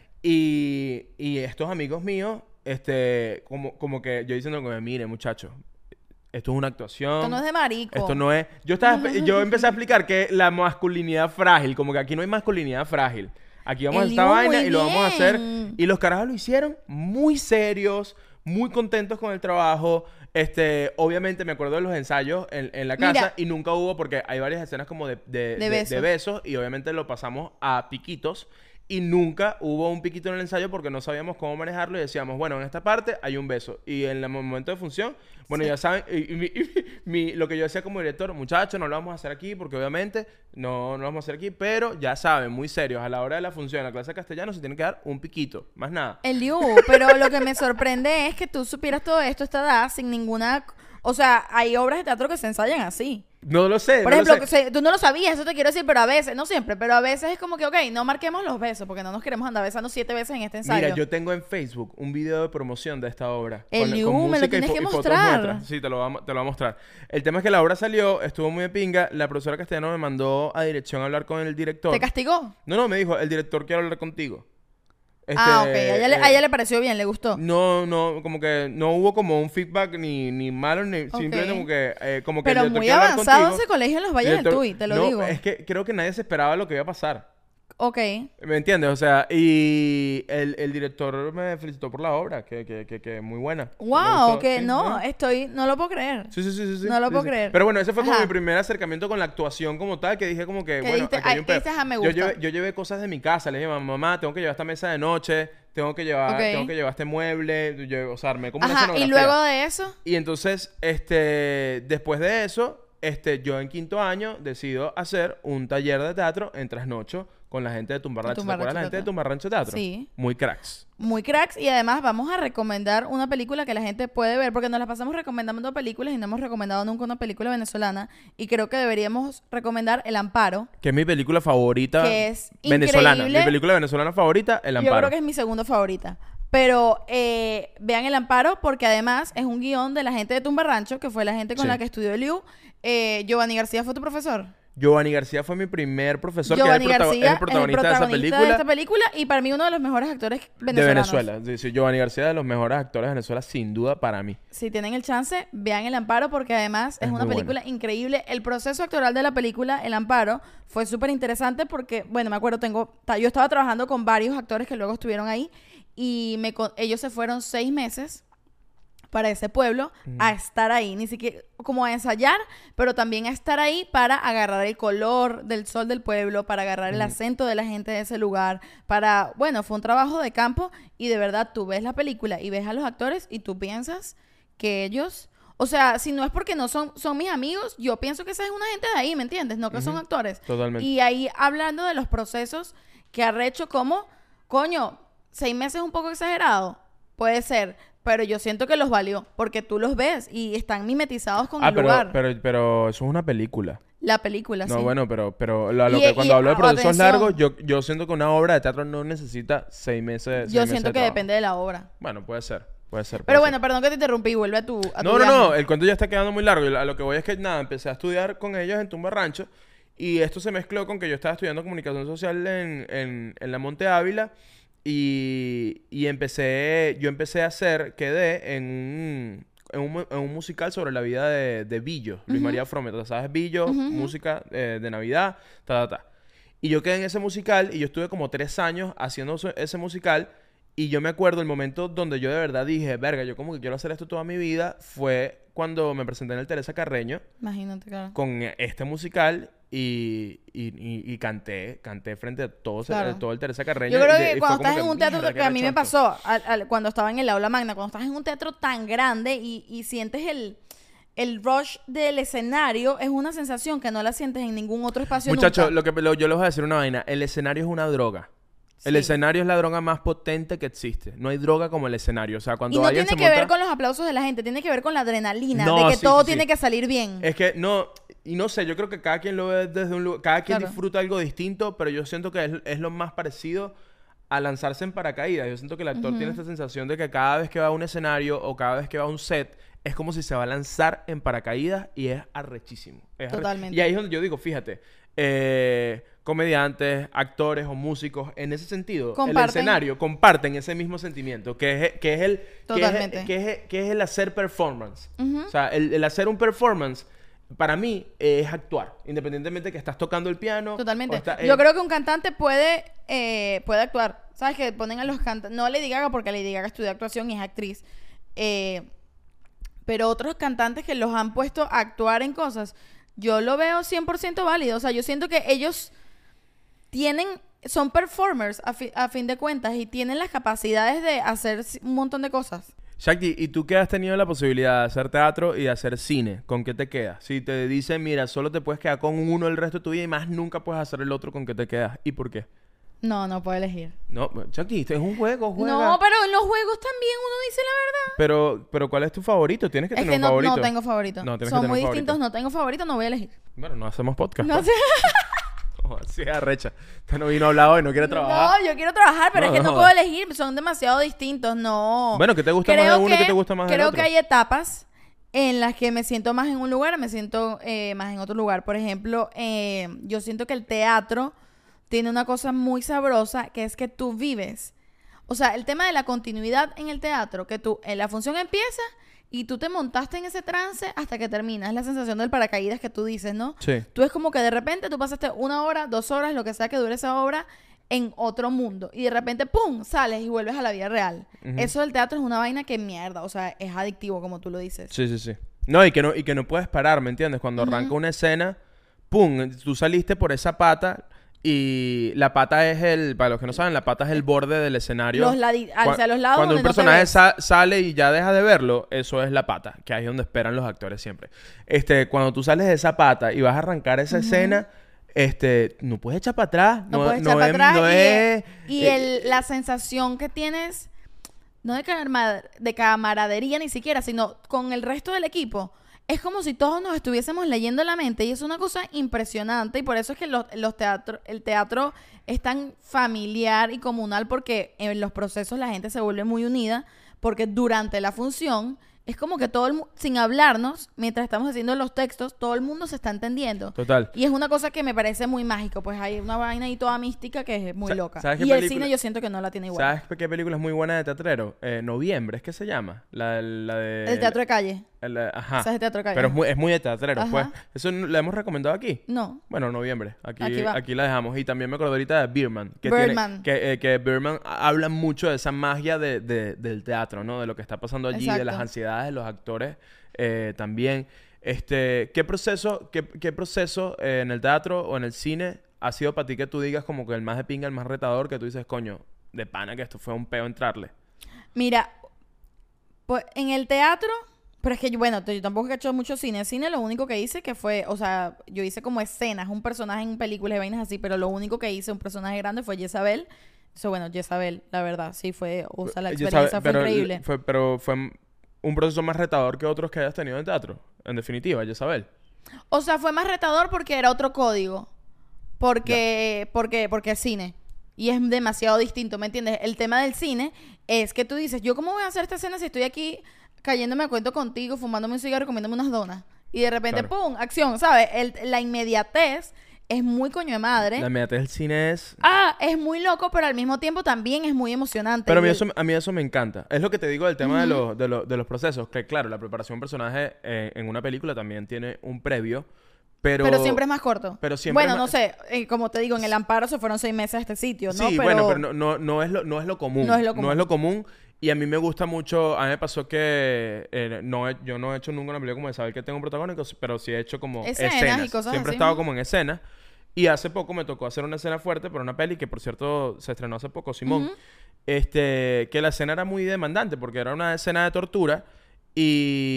Y estos amigos míos, como que yo diciendo como, mire, muchachos, esto es una actuación. Esto no es de marico. Esto no es... Yo empecé a explicar que la masculinidad frágil, como que aquí no hay masculinidad frágil. Aquí vamos a esta vaina y lo vamos a hacer. Y los carajos lo hicieron muy serios, muy contentos con el trabajo. Obviamente me acuerdo de los ensayos en la casa. Mira, y nunca hubo, porque hay varias escenas como de besos. Y obviamente lo pasamos a piquitos. Y nunca hubo un piquito en el ensayo porque no sabíamos cómo manejarlo y decíamos, bueno, en esta parte hay un beso. Y en el momento de función, bueno, ya saben, lo que yo decía como director, muchachos, no lo vamos a hacer aquí porque obviamente no lo vamos a hacer aquí, pero ya saben, muy serios, a la hora de la función, en la clase de castellano se tiene que dar un piquito, más nada. El Liu, pero lo que me sorprende es que tú supieras todo esto a esta edad sin ninguna... O sea, hay obras de teatro que se ensayan así. No lo sé. Por ejemplo, tú no lo sabías, eso te quiero decir, pero a veces, no siempre, pero a veces es como que, ok, no marquemos los besos porque no nos queremos andar besando 7 veces en este ensayo. Mira, yo tengo en Facebook un video de promoción de esta obra. El Liu, me lo tienes que mostrar. Sí, te lo voy a mostrar. El tema es que la obra salió, estuvo muy de pinga. La profesora castellano me mandó a dirección a hablar con el director. ¿Te castigó? No, me dijo, el director quiere hablar contigo. Ok. A ella le pareció bien, le gustó. No, como que no hubo como un feedback ni malo, ni simplemente como que pero el director muy quiere hablar avanzado contigo. ese colegio en los Valles del Tuy, te lo digo. Es que creo que nadie se esperaba lo que iba a pasar. Ok. ¿Me entiendes? O sea, y el director me felicitó por la obra, que muy buena. Wow, que sí, no lo puedo creer. Sí. No lo puedo creer. Pero bueno, ese fue como mi primer acercamiento con la actuación como tal, que dije como que, bueno, aquí hay un pedo. Me gusta. Yo llevé cosas de mi casa, le dije, mamá, tengo que llevar esta mesa de noche, tengo que llevar este mueble, o sea, armé como una escenografía. ¿Y luego de eso? Y entonces, después de eso, yo en 5º año decido hacer un taller de teatro en Trasnocho con la gente de Tumbarrancho. ¿Te acuerdas la gente de Tumbarrancho Teatro? Sí. Muy cracks. Muy cracks. Y además vamos a recomendar una película que la gente puede ver porque nos la pasamos recomendando películas y no hemos recomendado nunca una película venezolana. Y creo que deberíamos recomendar El Amparo. Que es mi película favorita. Que es venezolana. Increíble. Mi película venezolana favorita, El Amparo. Yo creo que es mi segunda favorita. Pero vean El Amparo porque además es un guión de la gente de Tumbarrancho, que fue la gente con la que estudió Liu. Giovanni García fue tu profesor. Giovanni García fue mi primer profesor, Giovanni que es García el protagonista de esa película. Y para mí uno de los mejores actores venezolanos. De Venezuela. Sí, Giovanni García de los mejores actores de Venezuela, sin duda, para mí. Si tienen el chance, vean El Amparo porque además es una película increíble. El proceso actoral de la película El Amparo fue súper interesante porque, bueno, me acuerdo, yo estaba trabajando con varios actores que luego estuvieron ahí y ellos se fueron 6 meses para ese pueblo a estar ahí, ni siquiera como a ensayar, pero también a estar ahí para agarrar el color del sol del pueblo, para agarrar el acento de la gente de ese lugar, fue un trabajo de campo y de verdad tú ves la película y ves a los actores y tú piensas que ellos, o sea, si no es porque no son mis amigos, yo pienso que esa es una gente de ahí, ¿me entiendes? No que son actores. Totalmente. Y ahí hablando de los procesos que arrecho como, coño, 6 meses es un poco exagerado, puede ser. Pero yo siento que los valió, porque tú los ves y están mimetizados con el lugar. Pero eso es una película. La película, sí. No, bueno, pero cuando hablo de procesos largos, yo siento que una obra de teatro no necesita 6 meses. Yo siento que depende de la obra. Bueno, puede ser. Pero bueno, perdón que te interrumpí, vuelve a tu No, el cuento ya está quedando muy largo. A lo que voy es que, nada, empecé a estudiar con ellos en Tumbarrancho y esto se mezcló con que yo estaba estudiando comunicación social en la Monte Ávila. Y yo empecé a quedé en un musical sobre la vida de Billo, Luis María Frometa, ¿sabes? Billo, música de Navidad, Y yo quedé en ese musical y yo estuve como 3 años haciendo ese musical y yo me acuerdo el momento donde yo de verdad dije, verga, yo como que quiero hacer esto toda mi vida, fue cuando me presenté en el Teresa Carreño. Imagínate, claro. Con este musical y canté frente a todo el Teresa Carreño. Yo creo que cuando estás en un teatro, que a mí me pasó, cuando estaba en el aula magna, cuando estás en un teatro tan grande y sientes el rush del escenario, es una sensación que no la sientes en ningún otro espacio. Muchachos, nunca. yo les voy a decir una vaina. El escenario es una droga. El escenario es la droga más potente que existe. No hay droga como el escenario. O sea, cuando y no alguien tiene se que monta... ver con los aplausos de la gente, tiene que ver con la adrenalina, No, de que sí, todo sí, tiene sí. que salir bien. Es que no... Y no sé, yo creo que cada quien lo ve desde un lugar... Cada quien Claro. disfruta algo distinto, pero yo siento que es lo más parecido a lanzarse en paracaídas. Yo siento que el actor tiene esta sensación de que cada vez que va a un escenario o cada vez que va a un set, es como si se va a lanzar en paracaídas y es arrechísimo. Totalmente. Y ahí es donde yo digo, fíjate, comediantes, actores o músicos, en ese sentido, el escenario comparten ese mismo sentimiento, que es el Totalmente. que es el hacer performance. O sea, el hacer un performance para mí es actuar, independientemente que estás tocando el piano. Totalmente. Yo creo que un cantante puede actuar. ¿Sabes? Que ponen a los cantantes... No Lady Gaga, porque Lady Gaga estudió actuación y es actriz. Pero otros cantantes que los han puesto a actuar en cosas, yo lo veo 100% válido. O sea, yo siento que ellos son performers a fin de cuentas y tienen las capacidades de hacer un montón de cosas. Shakti, ¿y tú que has tenido la posibilidad de hacer teatro y de hacer cine? ¿Con qué te quedas? Si te dicen, mira, solo te puedes quedar con uno el resto de tu vida y más nunca puedes hacer el otro, ¿con qué te quedas? ¿Y por qué? No puedo elegir. No, Shakti, esto es un juego, juega. No, pero en los juegos también uno dice la verdad. Pero ¿cuál es tu favorito? Tienes que Es tener que un favorito. no tengo favorito. No, tienes que Son tener muy un favorito. distintos, no tengo favorito, no voy a elegir. Bueno, no hacemos podcast. No pues. sé. Oh, sí, arrecha. Usted no vino a hablar hoy, no quiere trabajar. No, yo quiero trabajar, pero No, es que no no. puedo elegir, son demasiado distintos, no. Bueno, ¿qué te gusta más de uno y qué te gusta más del Creo otro? que hay etapas en las que me siento más en un lugar, me siento más en otro lugar. Por ejemplo, yo siento que el teatro tiene una cosa muy sabrosa, que es que tú vives. O sea, el tema de la continuidad en el teatro, que tú, la función empieza y tú te montaste en ese trance hasta que termina. Es la sensación del paracaídas que tú dices, ¿no? Sí. Tú es como que de repente tú pasaste 1 hora, 2 horas, lo que sea que dure esa obra, en otro mundo. Y de repente, ¡pum!, sales y vuelves a la vida real. Ujú. Eso del teatro es una vaina que mierda. O sea, es adictivo, como tú lo dices. Sí, sí, sí. No, y que no puedes parar, ¿me entiendes? Cuando arranca una escena, ¡pum! Tú saliste por esa pata y la pata es para los que no saben, la pata es el borde del escenario. Hacia los lados Cuando donde un no te personaje ves. sale y ya deja de verlo, eso es la pata, que ahí es donde esperan los actores siempre. Cuando tú sales de esa pata y vas a arrancar esa escena, no puedes echar para atrás. No puedes echar para atrás. No es... La sensación que tienes, no de camaradería ni siquiera, sino con el resto del equipo, es como si todos nos estuviésemos leyendo la mente y es una cosa impresionante y por eso es que el teatro es tan familiar y comunal porque en los procesos la gente se vuelve muy unida porque durante la función es como que sin hablarnos, mientras estamos haciendo los textos, todo el mundo se está entendiendo. Total. Y es una cosa que me parece muy mágico, pues hay una vaina ahí toda mística que es muy loca. ¿sabes qué Y el película? cine yo siento que no la tiene igual. ¿Sabes qué película es muy buena de teatrero? Noviembre, ¿es que se llama? La de... El teatro de calle. Ajá. O sea, es de teatro de calle. Pero es muy de teatrero, Ajá. pues. ¿Eso la hemos recomendado aquí? No. Bueno, Noviembre. Aquí va. Aquí la dejamos. Y también me acuerdo ahorita de Birdman. Birdman. Que Birdman habla mucho de esa magia del teatro, ¿no? De lo que está pasando allí, de las Exacto. ansiedades de los actores también. ¿Qué proceso en el teatro o en el cine ha sido para ti que tú digas como que el más de pinga, el más retador, que tú dices, coño, de pana que esto fue un peo entrarle? Mira, pues en el teatro, pero es que yo tampoco he hecho mucho cine. Cine lo único que hice que fue, o sea, yo hice como escenas, un personaje en películas y vainas así, pero lo único que hice, un personaje grande, fue Jezabel. Eso, bueno, Jezabel, la verdad, sí fue, o sea, la experiencia fue increíble. Pero fue un proceso más retador que otros que hayas tenido en teatro. En definitiva, Jezabel. O sea, fue más retador porque era otro código. Porque es cine. Y es demasiado distinto, ¿me entiendes? El tema del cine es que tú dices, ¿yo cómo voy a hacer esta escena si estoy aquí cayéndome a cuento contigo, fumándome un cigarro y comiéndome unas donas? Y de repente, Claro. ¡pum!, acción, ¿sabes? La inmediatez es muy coño de madre. La inmediatez del cine es... Es muy loco, pero al mismo tiempo también es muy emocionante. Pero Y a mí eso me encanta. Es lo que te digo del tema de los procesos. Que claro, la preparación de un personaje en una película también tiene un previo. Pero siempre es más corto. Pero siempre bueno, es no más- sé, como te digo, en el Amparo se fueron 6 meses a este sitio, ¿no? Sí, bueno, pero no es lo común. No es lo común. No es lo común. Y a mí me gusta mucho... A mí me pasó que... yo no he hecho nunca una película como Isabel que tengo un protagónico, pero sí he hecho como Escenas y cosas Siempre he así, estado ujú. como en escenas. Y hace poco me tocó hacer una escena fuerte para una peli que, por cierto, se estrenó hace poco, Simón. Ujú. Que la escena era muy demandante porque era una escena de tortura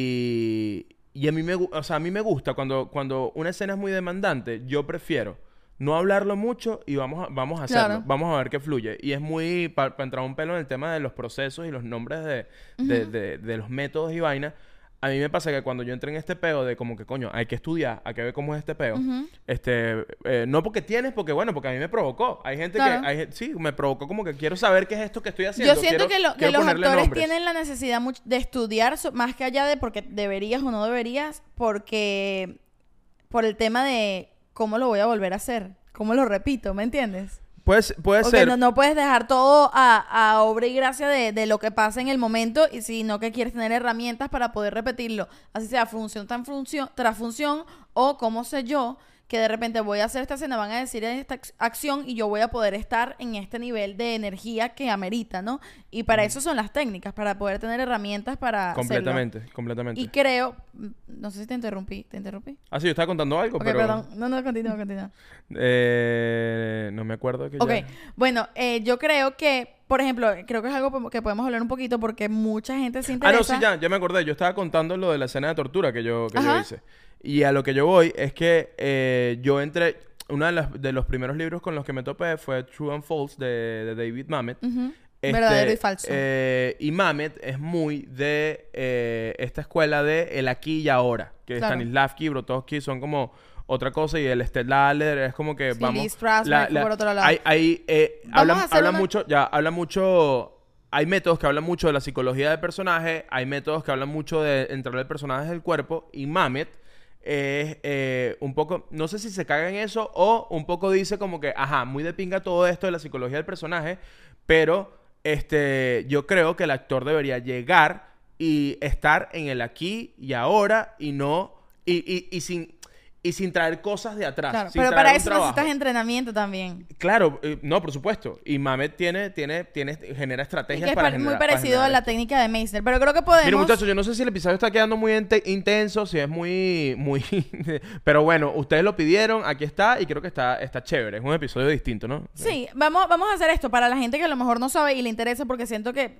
y a mí a mí me gusta cuando una escena es muy demandante, yo prefiero no hablarlo mucho y vamos a hacerlo. Claro. Vamos a ver qué fluye. Y es muy... Para entrar un pelo en el tema de los procesos y los nombres de los métodos y vainas, a mí me pasa que cuando yo entré en este peo de como que, coño, hay que estudiar, hay que ver cómo es este peo. No porque porque bueno, porque a mí me provocó. Hay gente Claro. sí, me provocó como que quiero saber qué es esto que estoy haciendo. Yo siento que los ponerle actores nombres. tienen la necesidad de estudiar más que allá de porque deberías o no deberías, porque por el tema de cómo lo voy a volver a hacer, cómo lo repito, ¿me entiendes? Puede Porque ser. no puedes dejar todo a obra y gracia de lo que pasa en el momento, y sino que quieres tener herramientas para poder repetirlo. Así sea función tras función, o como sé yo que de repente voy a hacer esta escena, van a decir esta acción y yo voy a poder estar en este nivel de energía que amerita, ¿no? Y para eso son las técnicas, para poder tener herramientas para Completamente. Y creo, no sé si te interrumpí. Ah, sí, yo estaba contando algo, Ok, pero... perdón. No, continúa. No me acuerdo que Ok, ya... bueno, yo creo que, por ejemplo, creo que es algo que podemos hablar un poquito porque mucha gente se interesa. Ah, no, sí, ya me acordé. Yo estaba contando lo de la escena de tortura que yo Ajá. hice. Y a lo que yo voy es que yo entré... Uno de los primeros libros con los que me topé fue True and False de David Mamet. Ujú. Verdadero y falso. Y Mamet es muy de esta escuela de el aquí y ahora. Que Claro. Stanislavski y Grotowski son como otra cosa. Y el Stellaler es como que Sí, vamos... Lee Strasberg por otro lado. Habla habla mucho... Hay métodos que hablan mucho de la psicología del personaje. Hay métodos que hablan mucho de entrar el personaje del cuerpo. Y Mamet es un poco... No sé si se caga en eso o un poco dice como que... Ajá, muy de pinga todo esto de la psicología del personaje. Pero yo creo que el actor debería llegar y estar en el aquí y ahora y no... Y sin traer cosas de atrás. Claro, sin pero traer para un eso trabajo. necesitas entrenamiento también. Claro, no, por supuesto. Y Mamet genera Y estrategias que es para generar... muy parecido para a la generar esto. técnica de Meissner. Pero creo que podemos... Mira, muchachos, yo no sé si el episodio está quedando muy intenso, si es muy... Pero bueno, ustedes lo pidieron, aquí está, y creo que está chévere. Es un episodio distinto, ¿no? Sí, vamos a hacer esto para la gente que a lo mejor no sabe y le interesa, porque siento que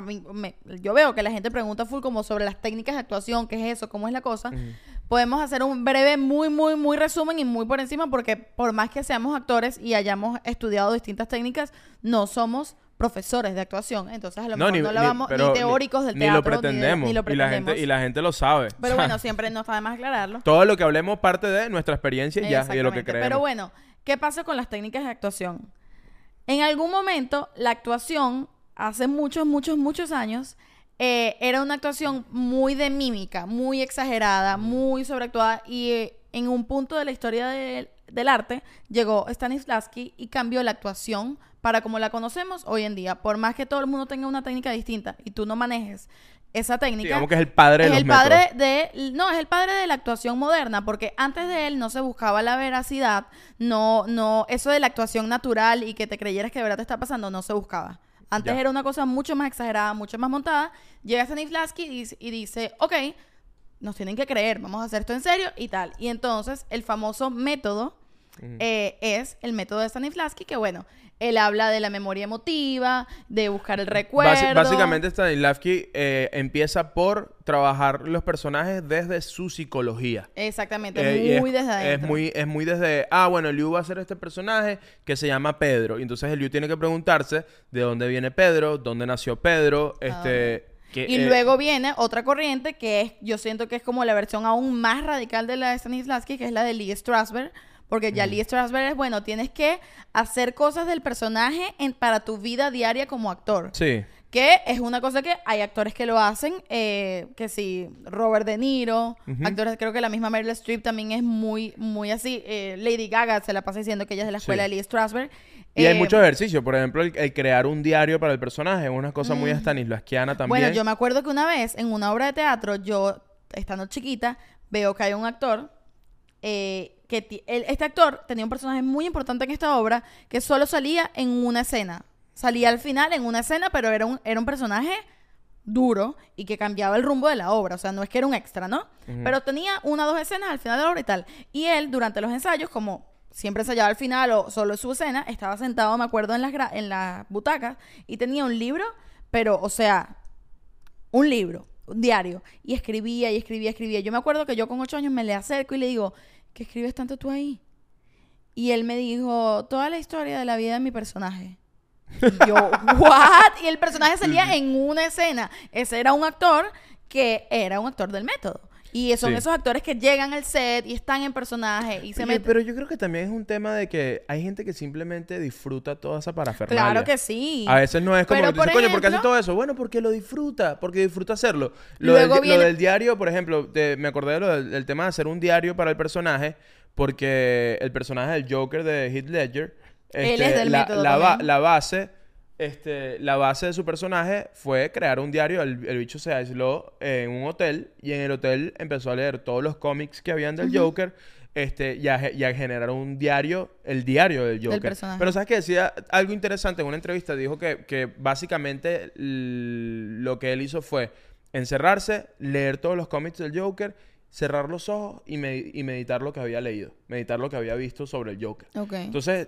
yo veo que la gente pregunta full como sobre las técnicas de actuación, qué es eso, cómo es la cosa. Podemos hacer un breve, muy resumen y muy por encima, porque por más que seamos actores y hayamos estudiado distintas técnicas, no somos profesores de actuación. Entonces a lo mejor no la vamos, ni teóricos del teatro, ni lo pretendemos. ni lo pretendemos. Y la gente lo sabe. Pero bueno, siempre no está de más aclararlo. Todo lo que hablemos parte de nuestra experiencia y ya, y de lo que creemos. Pero bueno, ¿qué pasa con las técnicas de actuación? En algún momento, la actuación, hace muchos años, era una actuación muy de mímica, muy exagerada, muy sobreactuada, y en un punto de la historia del arte llegó Stanislavski y cambió la actuación para como la conocemos hoy en día. Por más que todo el mundo tenga una técnica distinta y tú no manejes esa técnica, digamos que es el padre de los métodos. Es el padre de la actuación moderna, porque antes de él no se buscaba la veracidad, no, eso de la actuación natural y que te creyeras que de verdad te está pasando, no se buscaba. Antes era una cosa mucho más exagerada, mucho más montada. Llega Stanislavski y dice, ok, nos tienen que creer, vamos a hacer esto en serio y tal. Y entonces el famoso método es el método de Stanislavski, que bueno, él habla de la memoria emotiva, de buscar el recuerdo. Básicamente Stanislavski empieza por trabajar los personajes desde su psicología. Exactamente, muy desde adentro. Es muy desde, bueno, Liu va a ser este personaje que se llama Pedro. Y entonces el Liu tiene que preguntarse de dónde viene Pedro, dónde nació Pedro, y luego viene otra corriente que yo siento que es como la versión aún más radical de la de Stanislavski, que es la de Lee Strasberg. Porque ya Lee Strasberg es, bueno, tienes que hacer cosas del personaje para tu vida diaria como actor. Sí. Que es una cosa que hay actores que lo hacen, que sí, Robert De Niro, actores, creo que la misma Meryl Streep también es muy así. Lady Gaga se la pasa diciendo que ella es de la escuela de Lee Strasberg. Y hay muchos ejercicios, por ejemplo, el crear un diario para el personaje es una cosa muy stanislavskiana también. Bueno, yo me acuerdo que una vez en una obra de teatro, yo, estando chiquita, veo que hay un actor este actor tenía un personaje muy importante en esta obra que solo salía en una escena. Salía al final en una escena, pero era un personaje duro y que cambiaba el rumbo de la obra. O sea, no es que era un extra, ¿no? Pero tenía 1 o 2 escenas al final de la obra y tal. Y él, durante los ensayos, como siempre ensayaba al final o solo en su escena, estaba sentado, me acuerdo, en las butacas y tenía un libro, pero, o sea, un libro, un diario. Y escribía. Yo me acuerdo que yo con 8 años me le acerco y le digo, ¿qué escribes tanto tú ahí? Y él me dijo, toda la historia de la vida de mi personaje. Y yo, ¿what? Y el personaje salía en una escena. Ese era un actor que era un actor del método. Y son esos actores que llegan al set y están en personaje y se meten. Pero yo creo que también es un tema de que hay gente que simplemente disfruta toda esa parafernalia. Claro que sí. A veces no es como Pero que tú dices, coño, ¿por qué hace todo eso? Bueno, porque lo disfruta, porque disfruta hacerlo. Lo del diario, por ejemplo, me acordé de del tema de hacer un diario para el personaje, porque el personaje del Joker de Heath Ledger, él es del método la base de su personaje fue crear un diario. El bicho se aisló en un hotel y en el hotel empezó a leer todos los cómics que habían del Joker y a generar un diario, el diario del Joker. Pero ¿sabes qué? Decía algo interesante en una entrevista. Dijo que básicamente lo que él hizo fue encerrarse, leer todos los cómics del Joker, cerrar los ojos y meditar lo que había leído. Meditar lo que había visto sobre el Joker. Okay. Entonces,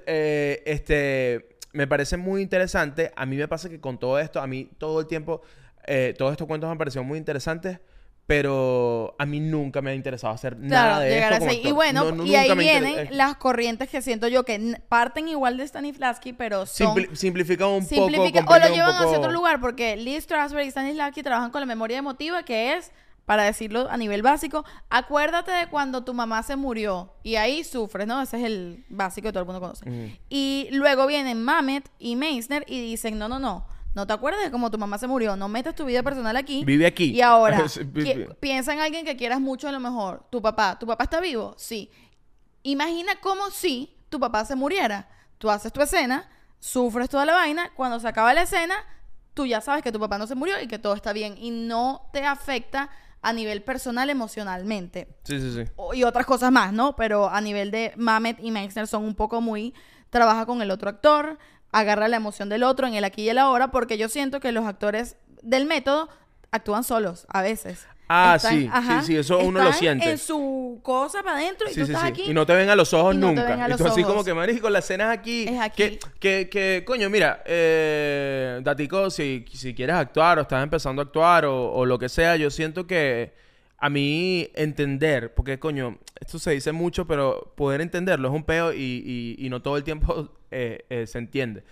me parece muy interesante. A mí me pasa que con todo esto, a mí todo el tiempo, todos estos cuentos me han parecido muy interesantes, pero a mí nunca me ha interesado hacer nada de esto como actor. Y bueno, y ahí vienen las corrientes que siento yo que parten igual de Stanislavski, pero son... Simplifican un poco. O lo llevan hacia otro lugar, porque Lee Strasberg y Stanislavski trabajan con la memoria emotiva, que es, para decirlo a nivel básico, acuérdate de cuando tu mamá se murió y ahí sufres, ¿no? Ese es el básico que todo el mundo conoce. Y luego vienen Mamet y Meisner y dicen, no te acuerdes de cómo tu mamá se murió, no metas tu vida personal aquí. Vive aquí. Y ahora, piensa en alguien que quieras mucho a lo mejor. ¿Tu papá está vivo? Sí. Imagina como si tu papá se muriera. Tú haces tu escena, sufres toda la vaina, cuando se acaba la escena, tú ya sabes que tu papá no se murió y que todo está bien y no te afecta a nivel personal, emocionalmente. Sí. Y otras cosas más, ¿no? Pero a nivel de Mamet y Meisner son un poco muy... Trabaja con el otro actor, agarra la emoción del otro en el aquí y el ahora, porque yo siento que los actores del método actúan solos a veces. Sí, eso uno lo siente. En su cosa para adentro y tú estás aquí. Y no te ven a los ojos nunca. Y tú así como que, marico, la escena es aquí. Es aquí. Coño, mira, Datico, si quieres actuar o estás empezando a actuar o lo que sea, yo siento que a mí entender, porque coño, esto se dice mucho, pero poder entenderlo es un peo y no todo el tiempo se entiende.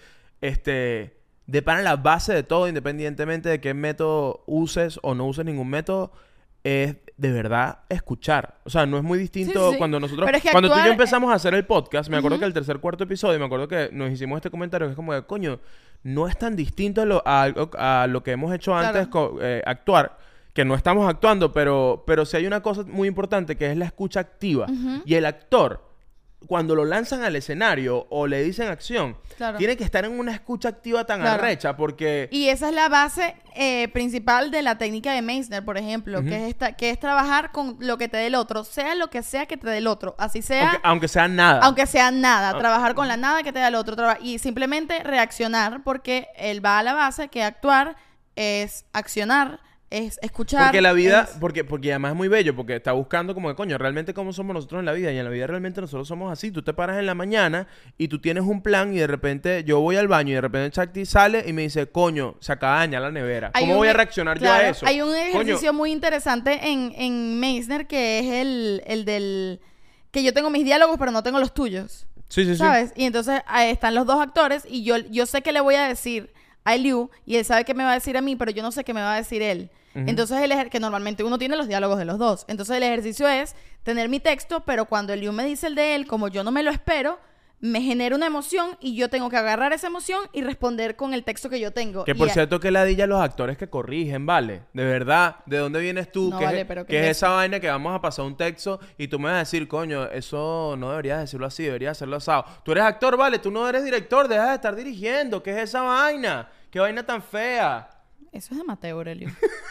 De pana la base de todo, independientemente de qué método uses o no uses ningún método, es de verdad escuchar. O sea, no es muy distinto cuando nosotros... Cuando tú y yo empezamos a hacer el podcast, me acuerdo que el cuarto episodio, me acuerdo que nos hicimos este comentario que es como de, coño, no es tan distinto a lo que hemos hecho antes actuar, que no estamos actuando, pero sí hay una cosa muy importante que es la escucha activa. Y el actor, cuando lo lanzan al escenario o le dicen acción, tiene que estar en una escucha activa tan arrecha porque... Y esa es la base principal de la técnica de Meisner, por ejemplo, que es trabajar con lo que te dé el otro, sea lo que sea que te dé el otro, así sea... Aunque sea nada. Aunque sea nada, trabajar con la nada que te da el otro, y simplemente reaccionar, porque él va a la base que actuar es accionar, es escuchar. Porque la vida, porque además es muy bello, porque está buscando como que, coño, realmente cómo somos nosotros en la vida. Y en la vida realmente nosotros somos así. Tú te paras en la mañana y tú tienes un plan y de repente yo voy al baño y de repente Chakti sale y me dice, coño, se acaba de dañar la nevera. ¿Cómo voy a reaccionar yo a eso? Hay un ejercicio muy interesante en Meisner que es el del... que yo tengo mis diálogos pero no tengo los tuyos. Sí. ¿Sabes? Y entonces están los dos actores y yo sé que le voy a decir a Liu y él sabe qué me va a decir a mí, pero yo no sé qué me va a decir él. Entonces que normalmente uno tiene los diálogos de los dos. Entonces el ejercicio es tener mi texto, pero cuando Liu me dice el de él, como yo no me lo espero, me genera una emoción y yo tengo que agarrar esa emoción y responder con el texto que yo tengo. Que por cierto que ladilla los actores que corrigen, ¿vale? De verdad, ¿de dónde vienes tú? No, ¿Qué es esa vaina que vamos a pasar un texto y tú me vas a decir, coño, eso no deberías decirlo así, deberías hacerlo asado? Tú eres actor, ¿vale? Tú no eres director, deja de estar dirigiendo. ¿Qué es esa vaina? ¿Qué vaina tan fea? Eso es amateur, Elio.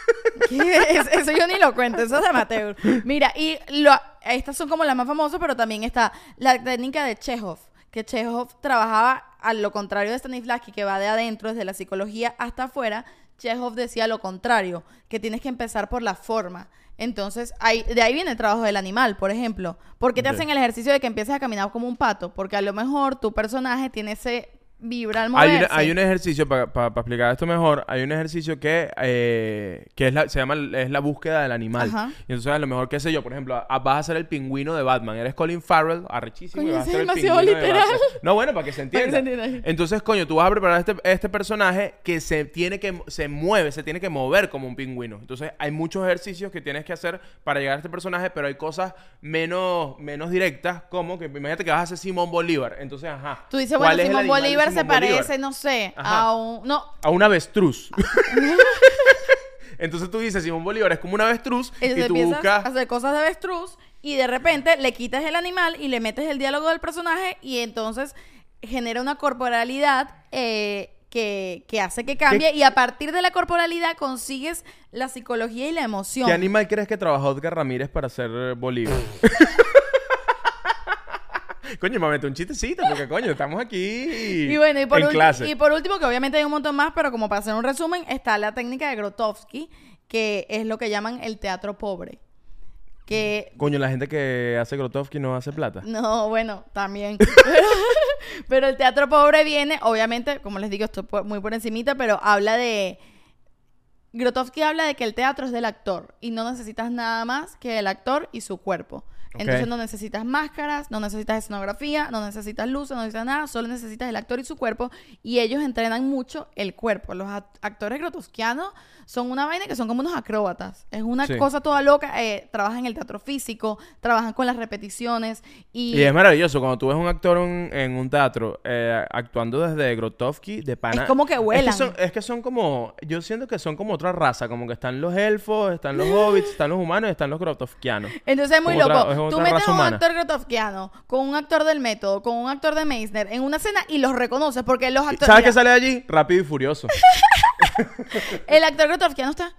Eso yo ni lo cuento, eso es amateur. Mira, y estas son como las más famosas, pero también está la técnica de Chekhov, que Chekhov trabajaba a lo contrario de Stanislavski, que va de adentro, desde la psicología hasta afuera. Chekhov decía lo contrario, que tienes que empezar por la forma. Entonces, de ahí viene el trabajo del animal, por ejemplo. ¿Por qué te hacen el ejercicio de que empieces a caminar como un pato? Porque a lo mejor tu personaje tiene ese vibra al moverse. Hay un ejercicio, para explicar esto mejor, hay un ejercicio que se llama la búsqueda del animal. Ajá. Y entonces a lo mejor, qué sé yo, por ejemplo, vas a ser el pingüino de Batman. Eres Colin Farrell, arrechísimo, Coño, y vas a ese ser es el demasiado pingüino de literal. Batman. No, bueno, para que se entienda. Para que se entienda. Entonces, coño, tú vas a preparar este personaje que se tiene que mover como un pingüino. Entonces, hay muchos ejercicios que tienes que hacer para llegar a este personaje, pero hay cosas menos directas, como que imagínate que vas a ser Simón Bolívar. Entonces, ajá. Tú dices, ¿cuál bueno, es el Simón animal de Bolívar se Simón Bolívar? parece, no sé, Ajá. a un... No, A un avestruz. Entonces tú dices, Simón Bolívar es como un avestruz entonces y tú empiezas buscas... a hacer cosas de avestruz y de repente le quitas el animal y le metes el diálogo del personaje y entonces genera una corporalidad que hace que cambie y a partir de la corporalidad consigues la psicología y la emoción. ¿Qué animal crees que trabajó Edgar Ramírez para ser Bolívar? Coño, me metí un chistecito porque, coño, estamos aquí Y bueno, en clase. y por último, que obviamente hay un montón más, pero como para hacer un resumen, está la técnica de Grotowski, que es lo que llaman el teatro pobre. Que Coño, la gente que hace Grotowski no hace plata. no, bueno, también. Pero el teatro pobre viene, obviamente, como les digo, esto muy por encimita, pero habla de... Grotowski habla de que el teatro es del actor y no necesitas nada más que el actor y su cuerpo. Entonces no necesitas máscaras, no necesitas escenografía, no necesitas luces, no necesitas nada, solo necesitas el actor y su cuerpo y ellos entrenan mucho el cuerpo. Los actores grotowskianos son una vaina que son como unos acróbatas. Es una cosa toda loca. Trabajan en el teatro físico, trabajan con las repeticiones y es maravilloso cuando tú ves un actor en un teatro actuando desde Grotowski de pana. Es como que vuelan. Es que son como... Yo siento que son como otra raza. Como que están los elfos, están los hobbits, están los humanos y están los grotowskianos. Entonces es muy Como loco. Tú otra metes raza a un humana. actor grotowskiano con un actor del método, con un actor de Meisner en una escena y los reconoces porque los actores... ¿Sabes Mira, qué sale de allí? Rápido y Furioso. el actor grotowskiano está...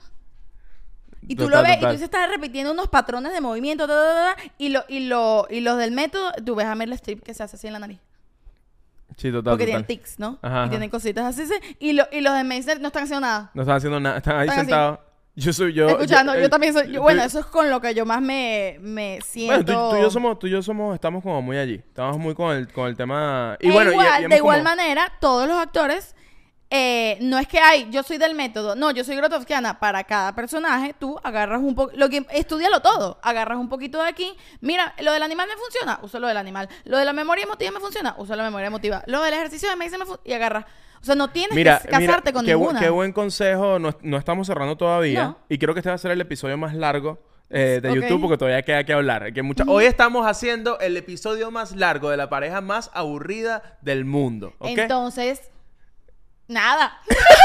Y tú Total, lo ves total. y tú se estás repitiendo unos patrones de movimiento, y los del método, tú ves a Meryl Streep que se hace así en la nariz. Sí, total, Porque total. tienen tics, ¿no? Ajá, Y tienen cositas así, y los de Meisner no están haciendo nada. No están haciendo nada. Están ahí Están así. sentados. Escuchando, yo también soy... tú- bueno, eso es con lo que yo más me Bueno, siento... tú y yo estamos como muy allí. Estamos muy con el tema... Y E bueno, igual, de igual como- manera, todos los actores, no es que yo soy del método, no, yo soy grotowskiana. Para cada personaje, tú agarras un poco, estudialo todo, agarras un poquito de aquí. Mira, lo del animal me funciona, usa lo del animal. Lo de la memoria emotiva me funciona, usa la memoria emotiva. Lo del ejercicio de Mason y agarras. O sea, no tienes que casarte con ninguna. Qué buen consejo. No estamos cerrando todavía. No. Y creo que este va a ser el episodio más largo de Ok. YouTube porque todavía queda que hablar. Hoy estamos haciendo el episodio más largo de la pareja más aburrida del mundo. ¿Ok? Entonces, nada.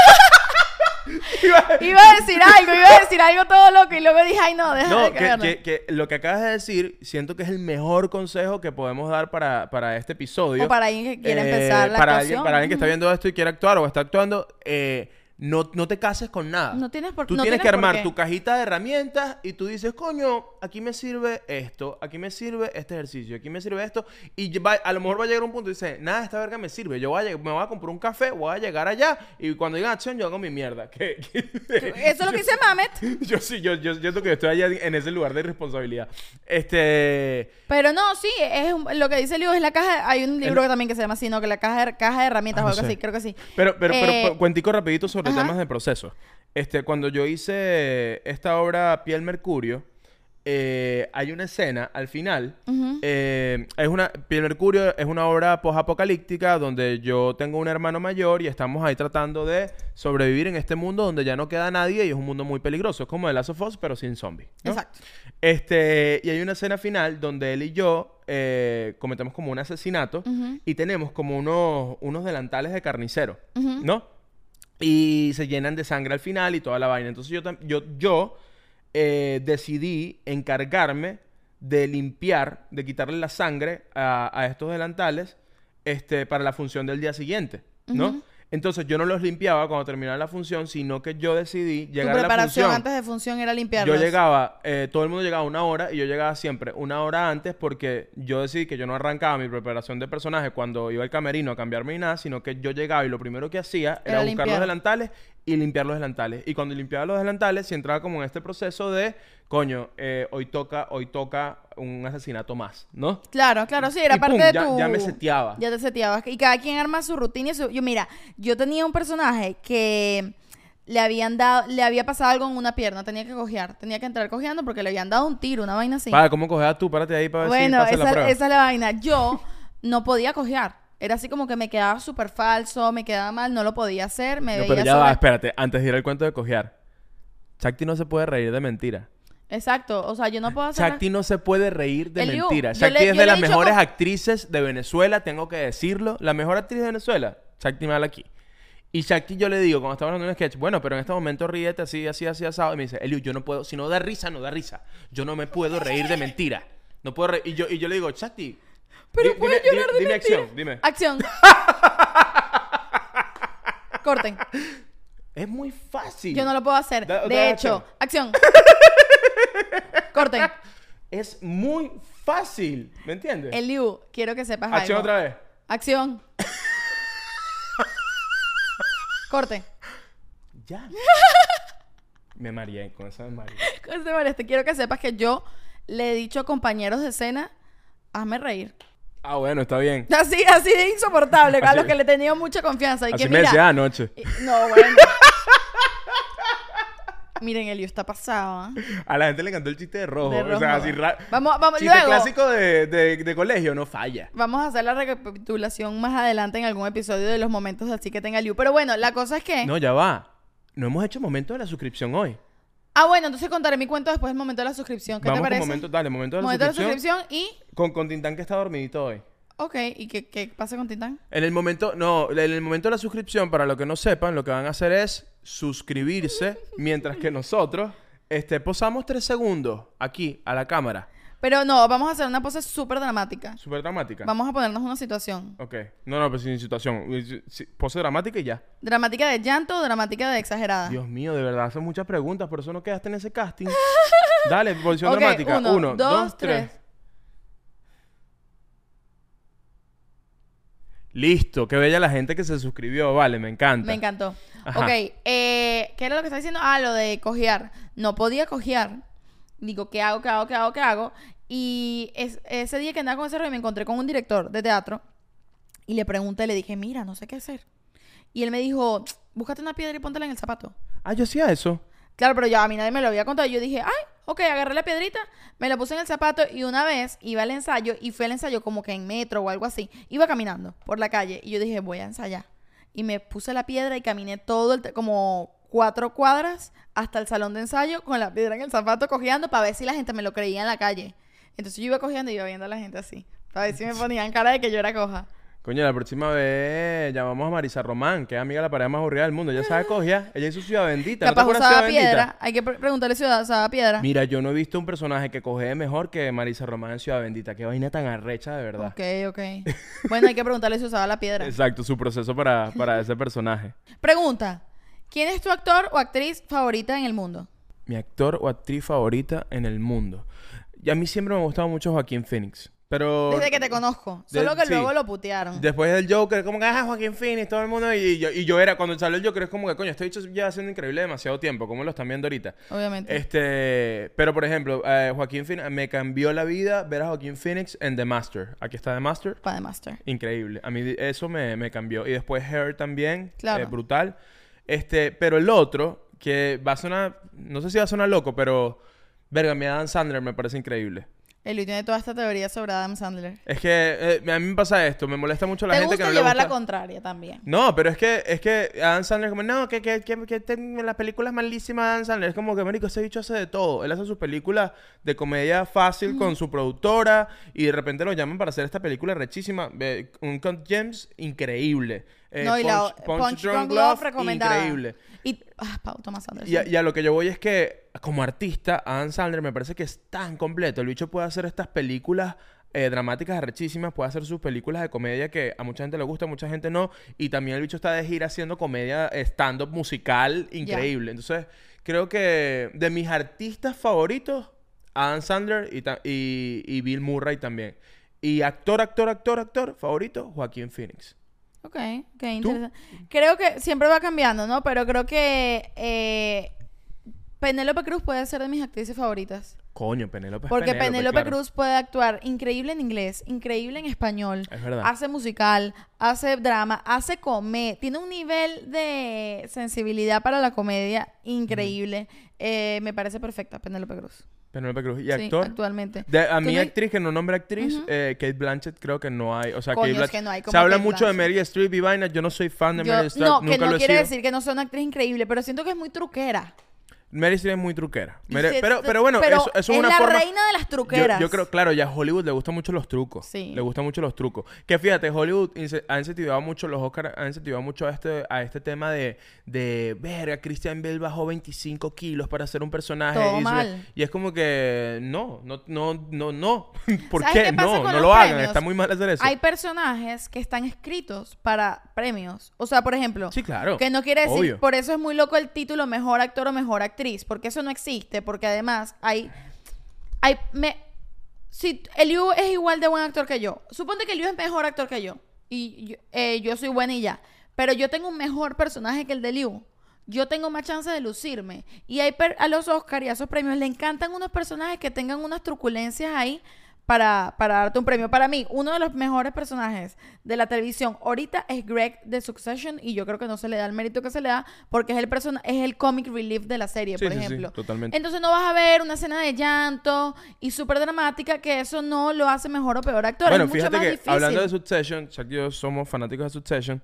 Iba a decir algo todo loco y luego dije, ay no, déjame No, de cagarla. que lo que acabas de decir, siento que es el mejor consejo que podemos dar para este episodio. O para alguien que quiera empezar la actuación. Para alguien que está viendo esto y quiere actuar o está actuando, no te cases con nada. No tienes por- Tú no tienes tienes que por armar qué. tu cajita de herramientas y tú dices, coño, aquí me sirve esto, aquí me sirve este ejercicio, aquí me sirve esto. Y a lo mejor va a llegar un punto y dice, nada, esta verga me sirve. Me voy a comprar un café, voy a llegar allá y cuando llegue a acción yo hago mi mierda. Eso es lo que dice Mamet. Yo siento que estoy allá en ese lugar de irresponsabilidad. Pero no, sí, lo que dice Leo es la caja. Hay un libro que también que se llama así, ¿no? Que la caja de herramientas o no algo sé. así, creo que sí. Pero cuentico rapidito sobre Ajá. temas de proceso. Cuando yo hice esta obra Piel Mercurio, hay una escena al final. Piel Mercurio es una obra post-apocalíptica donde yo tengo un hermano mayor y estamos ahí tratando de sobrevivir en este mundo donde ya no queda nadie y es un mundo muy peligroso. Es como The Last of Us, pero sin zombies, ¿no? Exacto. Y hay una escena final donde él y yo cometemos como un asesinato y tenemos como unos delantales de carnicero, ¿no? Y se llenan de sangre al final y toda la vaina. Entonces yo decidí encargarme de limpiar, de quitarle la sangre a estos delantales para la función del día siguiente, ¿no? Entonces yo no los limpiaba cuando terminaba la función, sino que yo decidí Tu llegar a la preparación función. antes de función era limpiarlos. Yo llegaba, todo el mundo llegaba 1 hora y yo llegaba siempre 1 hora antes porque yo decidí que yo no arrancaba mi preparación de personaje cuando iba al camerino a cambiarme ni nada, sino que yo llegaba y lo primero que hacía era buscar limpiar. los delantales y limpiar los delantales. Y cuando limpiaba los delantales, sí entraba como en este proceso de, coño, hoy toca un asesinato más, ¿no? Claro, sí, era Y parte pum, de ya, tu... ya me seteaba. Ya te seteabas. Y cada quien arma su rutina y su... Yo tenía un personaje que le había pasado algo en una pierna, tenía que cojear, tenía que entrar cojeando porque le habían dado un tiro, una vaina así. Para, ¿cómo cogeas tú? Párate ahí para ver si Bueno, pasa la prueba. esa es la vaina. Yo no podía cojear. Era así como que me quedaba súper falso, me quedaba mal, no lo podía hacer, me No, veía pero ya sobre- va, espérate. Antes de ir al cuento de cojear. Shakti no se puede reír de mentira. Exacto, o sea, yo no puedo hacer... Shakti no se puede reír de Eliu, mentira. yo Shakti le- es yo de le he las dicho mejores con- actrices de Venezuela, tengo que decirlo. La mejor actriz de Venezuela, Shakti Mal aquí. Y Shakti yo le digo, cuando estamos hablando de un sketch, bueno, pero en este momento ríete así, asado. Y me dice, Eliu, yo no puedo, si no da risa, no da risa. Yo no me puedo reír de mentira. No puedo reír. Y yo le digo, Shakti, Pero puedes llorar de dime mentira. acción, dime. Acción. Corten. Es muy fácil. Yo no lo puedo hacer. Da De hecho, acción. acción. Corten. Es muy fácil, ¿me entiendes? Eliu, quiero que sepas Acción algo. otra vez. Acción. Corte. Ya. Me mareé con esa María. José María, te quiero que sepas que yo le he dicho a compañeros de escena, hazme reír. Ah, bueno, está bien. Así de insoportable, a Así- los que le he tenido mucha confianza. Y Así que me mira, decía anoche. no, bueno. Miren, Elio está pasado, ¿eh? A la gente le encantó el chiste de rojo. De O sea, rojo. así raro. Vamos, Chiste luego. clásico de colegio, no falla. Vamos a hacer la recapitulación más adelante en algún episodio de los momentos así que tenga Liu. Pero bueno, la cosa es que... No, ya va. No hemos hecho momento de la suscripción hoy. Ah, bueno, entonces contaré mi cuento después del momento de la suscripción. ¿Qué Vamos te con parece? momento, dale, momento de la Momento de la suscripción. suscripción y... Con Tintán que está dormidito hoy. Ok, ¿y qué pasa con Tintán? En el momento de la suscripción, para los que no sepan, lo que van a hacer es suscribirse mientras que nosotros posamos 3 segundos aquí a la cámara. Pero no, vamos a hacer una pose súper dramática. Súper dramática. Vamos a ponernos una situación. Ok. No, pues sin situación. Pose dramática y ya. ¿Dramática de llanto o dramática de exagerada? Dios mío, de verdad, hacen muchas preguntas, por eso no quedaste en ese casting. Dale, posición Ok, dramática. 1, 2, 3. Listo, qué bella la gente que se suscribió, vale, me encanta. Me encantó. Ajá. Ok, ¿qué era lo que está diciendo? Ah, lo de cojear. No podía cojear. Digo, ¿qué hago? Y ese día que andaba con ese rollo me encontré con un director de teatro y le pregunté, le dije, mira, no sé qué hacer. Y él me dijo, búscate una piedra y póntela en el zapato. Ah, yo hacía eso. Claro, pero ya a mí nadie me lo había contado. Yo dije, ay, ok, agarré la piedrita, me la puse en el zapato y una vez iba al ensayo y fue al ensayo como que en metro o algo así. Iba caminando por la calle y yo dije, voy a ensayar. Y me puse la piedra y caminé todo como 4 cuadras hasta el salón de ensayo con la piedra en el zapato cojeando para ver si la gente me lo creía en la calle. Entonces yo iba cojeando y iba viendo a la gente así. Para ver si me ponían cara de que yo era coja. Coño, la próxima vez llamamos a Marisa Román, que es amiga de la pareja más aburrida del mundo. Ella sabe cojear. Ella hizo Ciudad Bendita. ¿No te Capaz acuerdas de usaba Ciudad piedra. Bendita? Hay que preguntarle si usaba piedra. Mira, yo no he visto un personaje que cojee mejor que Marisa Román en Ciudad Bendita. Qué vaina tan arrecha, de verdad. Ok. Bueno, hay que preguntarle si usaba la piedra. Exacto, su proceso para ese personaje. Pregunta. ¿Quién es tu actor o actriz favorita en el mundo? Mi actor o actriz favorita en el mundo. Y a mí siempre me ha gustado mucho Joaquín Phoenix. Pero Desde que te conozco. Solo que sí. luego lo putearon. Después del Joker, como que, Joaquín Phoenix, todo el mundo. Y yo era, cuando salió el Joker, es como que, coño, este bicho lleva haciendo increíble demasiado tiempo, como lo están viendo ahorita. Obviamente. Pero por ejemplo, Joaquín Phoenix, me cambió la vida ver a Joaquín Phoenix en The Master. Aquí está The Master. Para The Master. Increíble. A mí eso me cambió. Y después Hair también. Claro. Brutal. Pero el otro, que va a sonar, no sé si va a sonar loco, pero, verga, mi Adam Sandler me parece increíble. Eli tiene toda esta teoría sobre Adam Sandler. Es que a mí me pasa esto, me molesta mucho la ¿Te gente gusta que no le llevar gusta. la contraria también? No, pero es que Adam Sandler como, no, que las películas malísimas de Adam Sandler. Es como que, marico, ese bicho hace de todo. Él hace sus películas de comedia fácil con su productora y de repente lo llaman para hacer esta película rechísima. Un Con James increíble. No, y la Punch Drunk Love recomendada. Increíble. Y... Pau Thomas Anderson. Y a lo que yo voy es que, como artista, Adam Sandler me parece que es tan completo. El bicho puede hacer estas películas dramáticas arrechísimas, puede hacer sus películas de comedia que a mucha gente le gusta, a mucha gente no. Y también el bicho está de gira haciendo comedia stand-up musical increíble. Entonces, creo que de mis artistas favoritos, Adam Sandler y Bill Murray también. Y actor favorito, Joaquín Phoenix. Ok, interesante. Creo que siempre va cambiando, ¿no? Pero creo que Penélope Cruz puede ser de mis actrices favoritas. Coño, Penélope es Porque Penélope claro. Cruz puede actuar increíble en inglés, increíble en español. Es verdad. Hace musical, hace drama, hace comedia. Tiene un nivel de sensibilidad para la comedia increíble. Me parece perfecta Penélope Cruz. Penélope Cruz. ¿Y Sí, actor? actualmente. A mí ¿Tú no- actriz, que no nombre actriz, Kate Blanchett creo que no hay. O sea, Coño, Kate es Blanchett... que no hay como Se habla Kate mucho de Blanchett. Meryl Streep y vaina. Yo no soy fan de Yo- Meryl Streep. no, que Nunca no lo he quiere sido. decir que no sea una actriz increíble, pero siento que es muy truquera. Meryl Streep es muy truquera. Y pero bueno, pero eso es es una la forma... reina de las truqueras. Yo creo, claro, ya a Hollywood le gustan mucho los trucos. Sí. Le gustan mucho los trucos. Que fíjate, Hollywood ha incentivado mucho, los Oscars han incentivado mucho a este tema de verga, Christian Bale bajó 25 kilos para hacer un personaje. Todo y, mal. y es como que no. ¿Por ¿Sabes qué? qué pasa No, con no los lo hagan. premios? Está muy mal hacer eso. Hay personajes que están escritos para premios. O sea, por ejemplo, Sí, claro. que no quiere decir, Obvio. por eso es muy loco el título mejor actor o mejor actriz, porque eso no existe, porque además si Eliu es igual de buen actor que yo, suponte que Eliu es mejor actor que yo y yo soy buena y ya, pero yo tengo un mejor personaje que el de Liu. Yo tengo más chance de lucirme. Y a los Oscar y a esos premios le encantan unos personajes que tengan unas truculencias ahí para darte un premio. Para mí, uno de los mejores personajes de la televisión ahorita es Greg de Succession, y yo creo que no se le da el mérito que se le da porque es el comic relief de la serie, Sí, por sí, sí, ejemplo. totalmente. Entonces no vas a ver una escena de llanto y súper dramática, que eso no lo hace mejor o peor actor. Bueno, es mucho fíjate más que difícil. hablando de Succession, ya que yo somos fanáticos de Succession,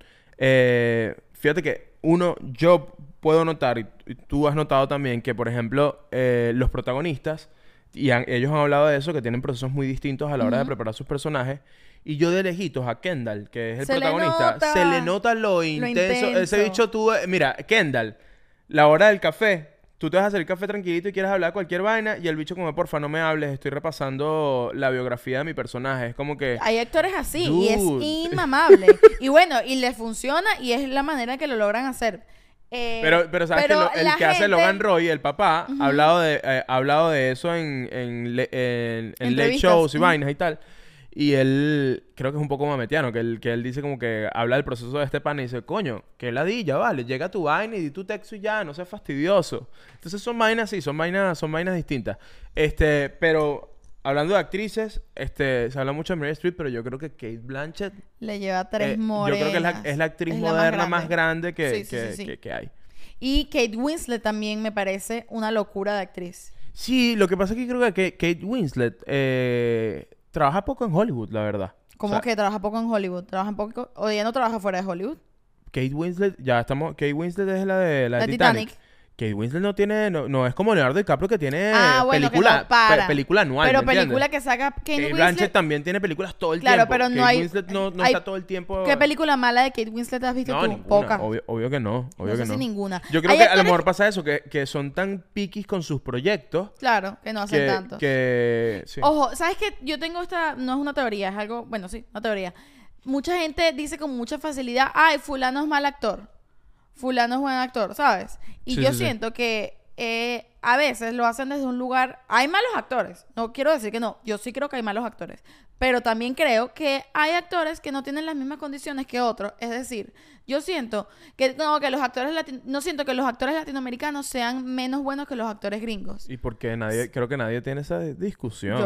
fíjate que yo puedo notar, y tú has notado también, que por ejemplo, los protagonistas, ellos han hablado de eso, que tienen procesos muy distintos a la hora de preparar sus personajes. Y yo de lejitos a Kendall, que es el Se le protagonista, nota se le nota lo intenso. Ese bicho mira, Kendall, la hora del café. Tú te vas a hacer el café tranquilito y quieres hablar cualquier vaina y el bicho como, porfa, no me hables, estoy repasando la biografía de mi personaje. Es como que... Hay actores así Dude. y es inmamable. Y bueno, y les funciona y es la manera que lo logran hacer. Pero sabes pero que el la que hace gente- Logan Roy, el papá, ha hablado de eso en late Entrevistas. shows y vainas y tal. Y él, creo que es un poco mametiano, que él dice como que habla del proceso de este pan y dice, coño, qué ladilla, vale, llega tu vaina y di tu texto y ya, no seas fastidioso. Entonces son vainas, sí, son vainas distintas. Pero hablando de actrices, se habla mucho de Meryl Streep, pero yo creo que Kate Blanchett, Le lleva tres yo morenas. creo que es la actriz Es la moderna más grande Sí, sí, sí. que hay. Y Kate Winslet también me parece una locura de actriz. Sí, lo que pasa es que creo que Kate Winslet trabaja poco en Hollywood, la verdad. Como O sea, que trabaja poco en Hollywood. Trabaja poco... O ella no trabaja fuera de Hollywood. Kate Winslet, Kate Winslet es la de La Titanic. Titanic. Kate Winslet no es como Leonardo DiCaprio, que tiene Bueno, película, que no para. película anual, Pero ¿me película entiendes? que saca Kate Kate Winslet... Blanchett también tiene películas todo el Claro, tiempo. pero no Kate hay- Winslet no hay- está todo el tiempo... ¿Qué película mala de Kate Winslet has visto No, tú? ninguna. Poca. Obvio que no. Obvio No sé que no. si ninguna. Yo creo Hay que a lo actores mejor pasa eso, que son tan piquis con sus proyectos Claro, que no hacen tanto. sí. Ojo, ¿sabes qué? Yo tengo no es una teoría, es algo, bueno, sí, una teoría. Mucha gente dice con mucha facilidad, ay, fulano es mal actor, fulano es buen actor, ¿sabes? Y Sí, yo sí, sí. siento que a veces lo hacen desde un lugar, hay malos actores, no quiero decir que no, yo sí creo que hay malos actores, pero también creo que hay actores que no tienen las mismas condiciones que otros, es decir, yo siento que no siento que los actores latinoamericanos sean menos buenos que los actores gringos. Y porque creo que nadie tiene esa discusión.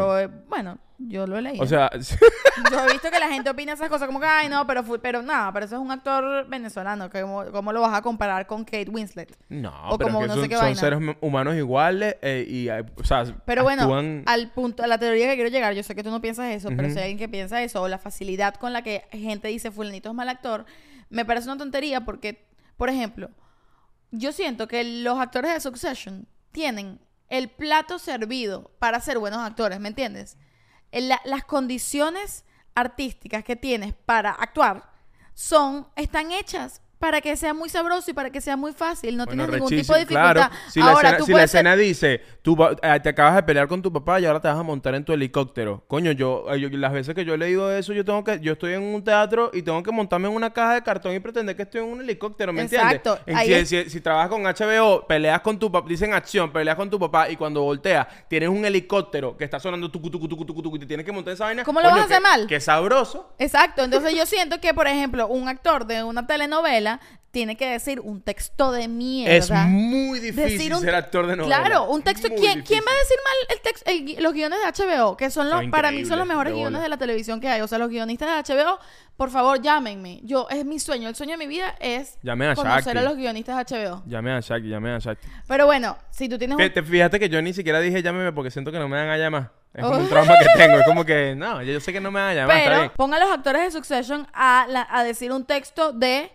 Yo lo he leído. O sea, Yo he visto que la gente opina esas cosas como que, ay, no, pero nada, pero eso es un actor venezolano. Que ¿Cómo lo vas a comparar con Kate Winslet? no, O pero como es que no sé qué son vaina. seres humanos iguales o sea, Pero bueno, actúan... a la teoría que quiero llegar, yo sé que tú no piensas eso, pero Ujú. si hay alguien que piensa eso, o la facilidad con la que gente dice fulanito es mal actor, me parece una tontería porque, por ejemplo, yo siento que los actores de Succession tienen el plato servido para ser buenos actores, ¿me entiendes? Las condiciones artísticas que tienes para actuar están hechas para que sea muy sabroso y para que sea muy fácil, no Bueno, tienes ningún tipo rechísimo, de dificultad. claro. Si Ahora, la tú si la puedes ser- escena dice, te acabas de pelear con tu papá y ahora te vas a montar en tu helicóptero. Coño, las veces que yo he leído eso, yo estoy en un teatro y tengo que montarme en una caja de cartón y pretender que estoy en un helicóptero, ¿me Exacto. entiendes? Si trabajas con HBO, peleas con tu papá, dicen acción, peleas con tu papá y cuando volteas tienes un helicóptero que está sonando tucu, tucu, tucu, tucu, tucu, y te tienes que montar esa vaina. ¿Cómo lo vas a hacer mal? Qué sabroso. Exacto, entonces yo siento que, por ejemplo, un actor de una telenovela tiene que decir un texto de mierda. Es muy difícil ser actor de novela. Claro, un texto... ¿Quién va a decir mal los guiones de HBO? Que son para mí son los mejores guiones de la televisión que hay. O sea, los guionistas de HBO, por favor, llámenme. Es mi sueño. El sueño de mi vida es conocer a los guionistas de HBO. Llamen a Shakti. Pero bueno, si tú tienes Fíjate que yo ni siquiera dije llámeme porque siento que no me van a llamar. Es como un trauma que tengo. Es como que, no, yo sé que no me van a llamar. Pero está bien. pongan a los actores de Succession a decir un texto de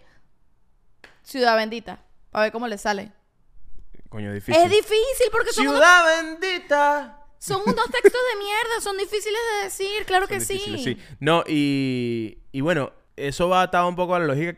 Ciudad Bendita. Para ver cómo les sale. Coño, difícil. Es difícil porque Ciudad Bendita. Son unos textos de mierda. Son difíciles de decir. Claro que sí. No, y bueno, eso va atado un poco a la lógica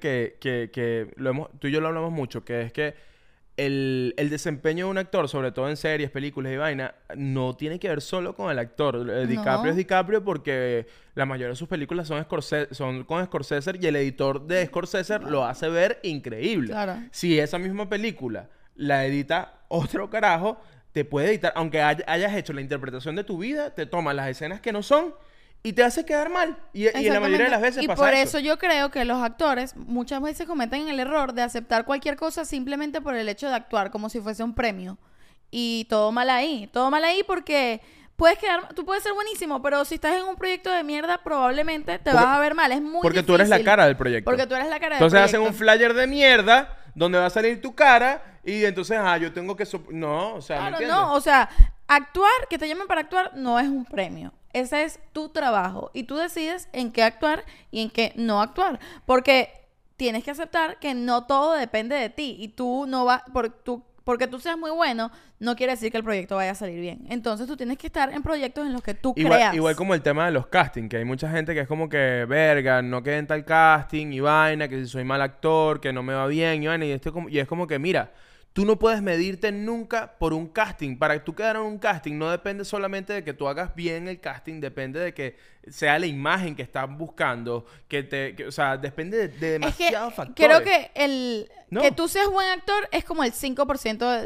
que tú y yo lo hablamos mucho. Que es que el desempeño de un actor, sobre todo en series, películas y vaina, no tiene que ver solo con el actor. DiCaprio es DiCaprio porque la mayoría de sus películas son con Scorsese y el editor de Scorsese lo hace ver increíble. Claro. Si esa misma película la edita otro carajo, te puede editar, aunque hayas hecho la interpretación de tu vida, te toma las escenas que no son y te hace quedar mal. Y en la mayoría de las veces pasa eso. Y por eso yo creo que los actores muchas veces cometen el error de aceptar cualquier cosa simplemente por el hecho de actuar, como si fuese un premio. Y todo mal ahí. Todo mal ahí porque tú puedes ser buenísimo, pero si estás en un proyecto de mierda, probablemente te vas a ver mal. Es muy porque difícil. Tú eres la cara del proyecto. Porque tú eres la cara del proyecto. proyecto. Entonces hacen un flyer de mierda donde va a salir tu cara y entonces, yo tengo que... No, o sea, claro, ¿me entiendes? no, o sea, actuar, que te llamen para actuar, no es un premio. Ese es tu trabajo. Y tú decides en qué actuar y en qué no actuar. Porque tienes que aceptar que no todo depende de ti. Y tú no vas... Porque tú seas muy bueno, no quiere decir que el proyecto vaya a salir bien. Entonces tú tienes que estar en proyectos en los que tú creas. Igual como el tema de los castings, que hay mucha gente que es como que, verga, no quede en tal casting y vaina, que si soy mal actor, que no me va bien y vaina. Y es como que, mira, tú no puedes medirte nunca por un casting. Para que tú quedar en un casting no depende solamente de que tú hagas bien el casting, depende de que sea la imagen que estás buscando, o sea, depende de demasiados factores. Creo que que tú seas buen actor es como el 5%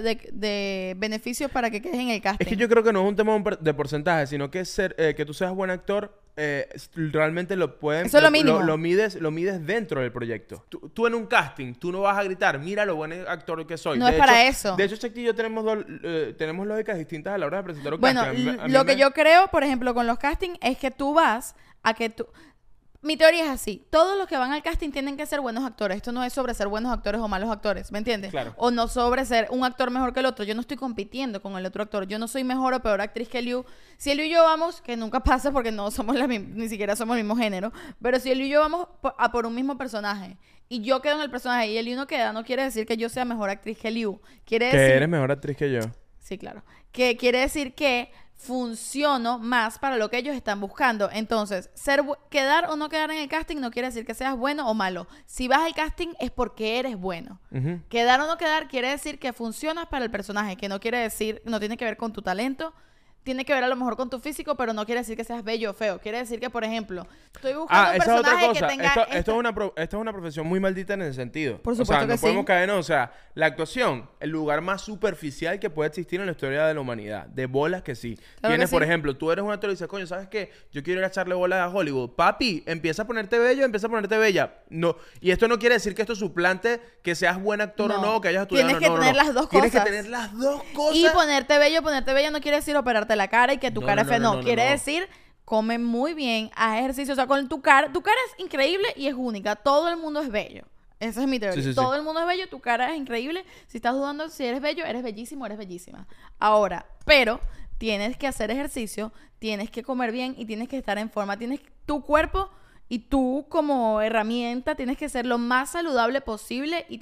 de beneficios para que quedes en el casting. Es que yo creo que no es un tema de porcentaje, sino que que tú seas buen actor realmente lo pueden... Eso es lo mínimo. Lo mides dentro del proyecto. Tú en un casting, tú no vas a gritar, mira lo buen actor que soy. No es para eso. De hecho, Shakti y yo tenemos lógicas distintas a la hora de presentar un casting. Bueno, lo que yo creo, por ejemplo, con los castings, es que tú vas a que tú... Mi teoría es así. Todos los que van al casting tienen que ser buenos actores. Esto no es sobre ser buenos actores o malos actores, ¿me entiendes? Claro. O no sobre ser un actor mejor que el otro. Yo no estoy compitiendo con el otro actor. Yo no soy mejor o peor actriz que Liu. Si Liu y yo vamos, que nunca pasa porque no somos ni siquiera somos el mismo género, pero si Liu y yo vamos a por un mismo personaje y yo quedo en el personaje y el Liu no queda, no quiere decir que yo sea mejor actriz que Liu. Quiere decir... Que eres mejor actriz que yo. Sí, claro. Que quiere decir que funciono más para lo que ellos están buscando. Entonces, quedar o no quedar en el casting no quiere decir que seas bueno o malo. Si vas al casting es porque eres bueno. Uh-huh. Quedar o no quedar quiere decir que funcionas para el personaje, que no quiere decir, no tiene que ver con tu talento, tiene que ver a lo mejor con tu físico, pero no quiere decir que seas bello o feo. Quiere decir que, por ejemplo, estoy buscando un personaje que tenga... Esto es una profesión muy maldita en ese sentido. Por supuesto que sí. No podemos caer, o sea, la actuación, el lugar más superficial que puede existir en la historia de la humanidad. De bolas que sí. Claro Tienes, que por sí. ejemplo, tú eres un actor y dices, coño, ¿sabes qué? Yo quiero ir a echarle bolas a Hollywood. Papi, empieza a ponerte bello, empieza a ponerte bella. No. Y esto no quiere decir que esto suplante que seas buen actor o no, que hayas estudiado. Tienes que tener las dos cosas. Tienes que tener las dos cosas. Y ponerte bella no quiere decir operarte la cara y que tu cara es fea. No, quiere decir come muy bien, haz ejercicio. O sea, con tu cara es increíble y es única. Todo el mundo es bello. Esa es mi teoría. Sí. Todo el mundo es bello, tu cara es increíble. Si estás dudando si eres bello, eres bellísimo, eres bellísima. Ahora, pero tienes que hacer ejercicio, tienes que comer bien y tienes que estar en forma. Tu cuerpo y tú como herramienta tienes que ser lo más saludable posible y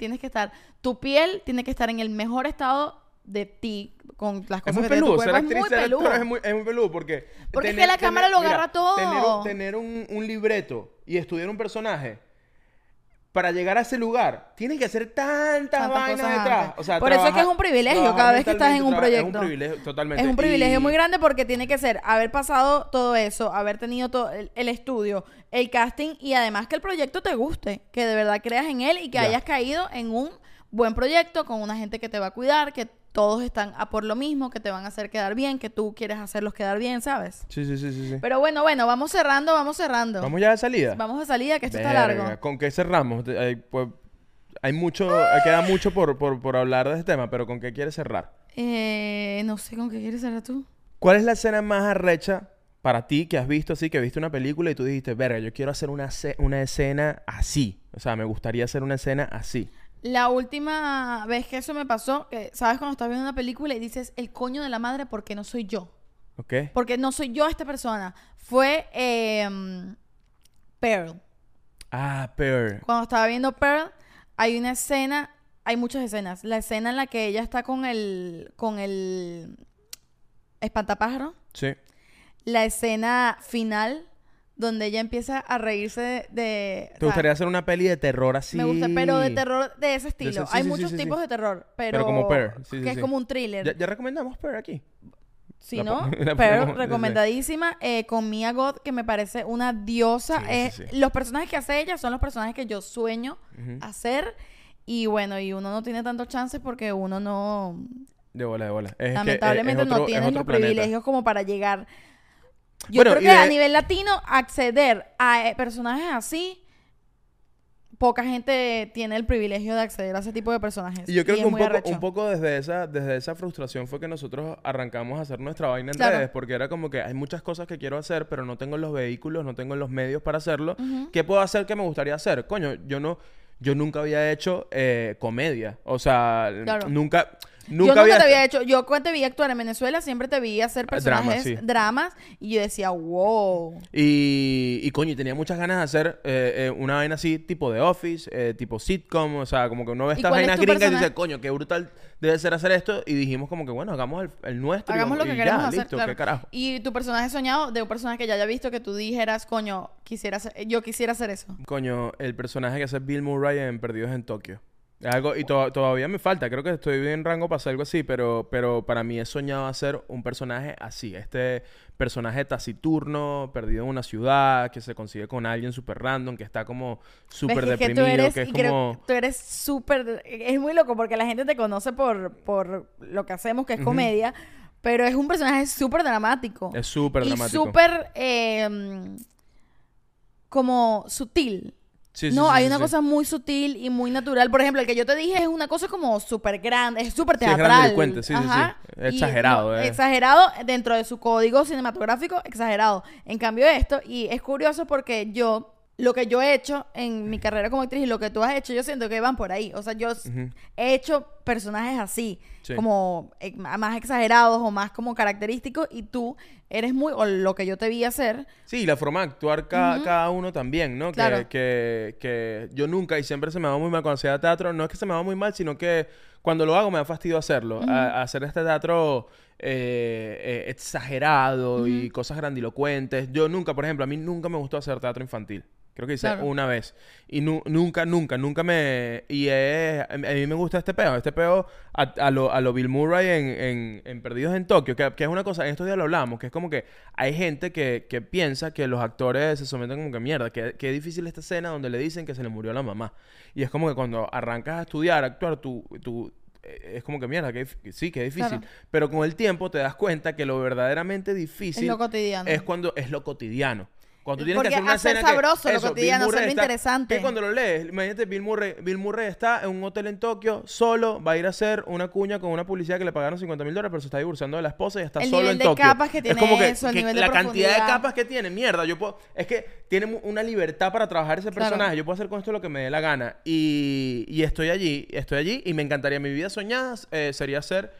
tu piel tiene que estar en el mejor estado de ti con las cosas que tiene tu cuerpo. Ser actriz, ser actor es muy peludo porque es que la cámara lo agarra todo. Tener un libreto y estudiar un personaje para llegar a ese lugar tienes que hacer tantas vainas detrás. O sea, por eso es que es un privilegio cada vez que estás en un proyecto. Es un privilegio, totalmente. Es un privilegio muy grande porque tiene que ser haber pasado todo eso, haber tenido todo el estudio, el casting y además que el proyecto te guste, que de verdad creas en él y que hayas caído en un buen proyecto con una gente que te va a cuidar, que todos están a por lo mismo, que te van a hacer quedar bien, que tú quieres hacerlos quedar bien, ¿sabes? Sí. Pero bueno, vamos cerrando. ¿Vamos ya de salida? Vamos de salida, que esto está largo. ¿Con qué cerramos? Pues, hay mucho, queda mucho por hablar de este tema, pero ¿con qué quieres cerrar? No sé con qué quieres cerrar tú. ¿Cuál es la escena más arrecha para ti que has visto así, que viste una película y tú dijiste, verga, yo quiero hacer una escena así? O sea, me gustaría hacer una escena así. La última vez que eso me pasó, que sabes cuando estás viendo una película y dices, el coño de la madre, porque no soy yo. ¿Ok? Porque no soy yo esta persona. Fue Pearl. Ah, Pearl. Cuando estaba viendo Pearl, hay una escena, hay muchas escenas. La escena en la que ella está con el espantapájaro. Sí. La escena final, donde ella empieza a reírse ¿Te gustaría hacer una peli de terror así? Me gusta, pero de terror de ese estilo. Sí, hay sí, muchos sí, tipos sí. de terror, Pero como Pearl. Sí, que es como un thriller. ¿Ya recomendamos Pearl aquí? Si no, Pearl, recomendadísima. Con Mia Goth, que me parece una diosa. Sí. Los personajes que hace ella son los personajes que yo sueño hacer. Y bueno, y uno no tiene tantos chances porque uno no... De bola. Lamentablemente no tiene los privilegios como para llegar... Yo Bueno, creo que a nivel latino, acceder a personajes así, poca gente tiene el privilegio de acceder a ese tipo de personajes. Y yo creo es que muy arrecho. un poco desde esa frustración fue que nosotros arrancamos a hacer nuestra vaina en Claro. redes, porque era como que hay muchas cosas que quiero hacer, pero no tengo los vehículos, no tengo los medios para hacerlo. ¿Qué puedo hacer que me gustaría hacer? Coño, yo nunca había hecho comedia. O sea, Claro. nunca Yo nunca te había hecho... Yo cuando te vi actuar en Venezuela, siempre te vi hacer personajes, dramas, y yo decía, wow. Y coño, y tenía muchas ganas de hacer una vaina así, tipo de Office, tipo sitcom, o sea, como que uno ve estas cuál es vainas tu gringas y personaje? dice, coño, qué brutal debe ser hacer esto. Y dijimos como que, bueno, hagamos el nuestro. Hagamos lo que queremos hacer, listo, claro. qué carajo. Y tu personaje soñado, de un personaje que ya haya visto, que tú dijeras, coño, yo quisiera hacer eso. Coño, el personaje que hace Bill Murray en Perdidos en Tokio. Es algo, y todavía me falta, creo que estoy bien en rango para hacer algo así, pero para mí he soñado hacer un personaje así. Este personaje taciturno, perdido en una ciudad, que se consigue con alguien súper random, que está como súper ¿Ves? deprimido, que es como... Tú eres súper... Es muy loco porque la gente te conoce por lo que hacemos, que es comedia, pero es un personaje súper dramático. Es súper dramático. Y súper como sutil. Sí, No, sí, hay sí, una sí. cosa muy sutil y muy natural. Por ejemplo, el que yo te dije es una cosa como súper grande, es súper Sí, es teatral. grandilocuente, sí. Y, Exagerado, exagerado dentro de su código cinematográfico, exagerado. En cambio esto, y es curioso porque lo que yo he hecho en mi carrera como actriz y lo que tú has hecho, yo siento que van por ahí. O sea, yo he hecho personajes así, Sí. como más exagerados o más como característicos, y tú eres o lo que yo te vi hacer. Sí, la forma de actuar cada uno también, ¿no? Claro. Que yo nunca, y siempre se me va muy mal cuando hacía teatro, no es que se me va muy mal, sino que cuando lo hago me da fastidio hacerlo. A hacer este teatro exagerado y cosas grandilocuentes. Yo nunca, por ejemplo, a mí nunca me gustó hacer teatro infantil. Creo que hice una vez. Y nunca me... Y a mí me gusta este peo a lo Bill Murray en Perdidos en Tokio, que es una cosa, en estos días lo hablamos, que es como que hay gente que piensa que los actores se someten como que mierda, que difícil esta escena donde le dicen que se le murió la mamá. Y es como que cuando arrancas a estudiar, a actuar, tú es como que mierda, sí, que es difícil. Claro. Pero con el tiempo te das cuenta que lo verdaderamente difícil Es lo cotidiano. es cuando es lo cotidiano. Cuando tú tienes que Porque hacer una hacer escena sabroso que... lo cotidiano, Bill Murray hacerlo interesante. Que cuando lo lees, imagínate, Bill Murray está en un hotel en Tokio, solo, va a ir a hacer una cuña con una publicidad que le pagaron $50,000, pero se está divorciando de la esposa y está El solo en nivel de Tokio. capas que tiene es como que, eso, el que nivel de la cantidad de profundidad. capas que tiene, mierda, es que tiene una libertad para trabajar ese personaje. Claro. Yo puedo hacer con esto lo que me dé la gana. Y estoy allí y me encantaría. Mi vida soñada sería hacer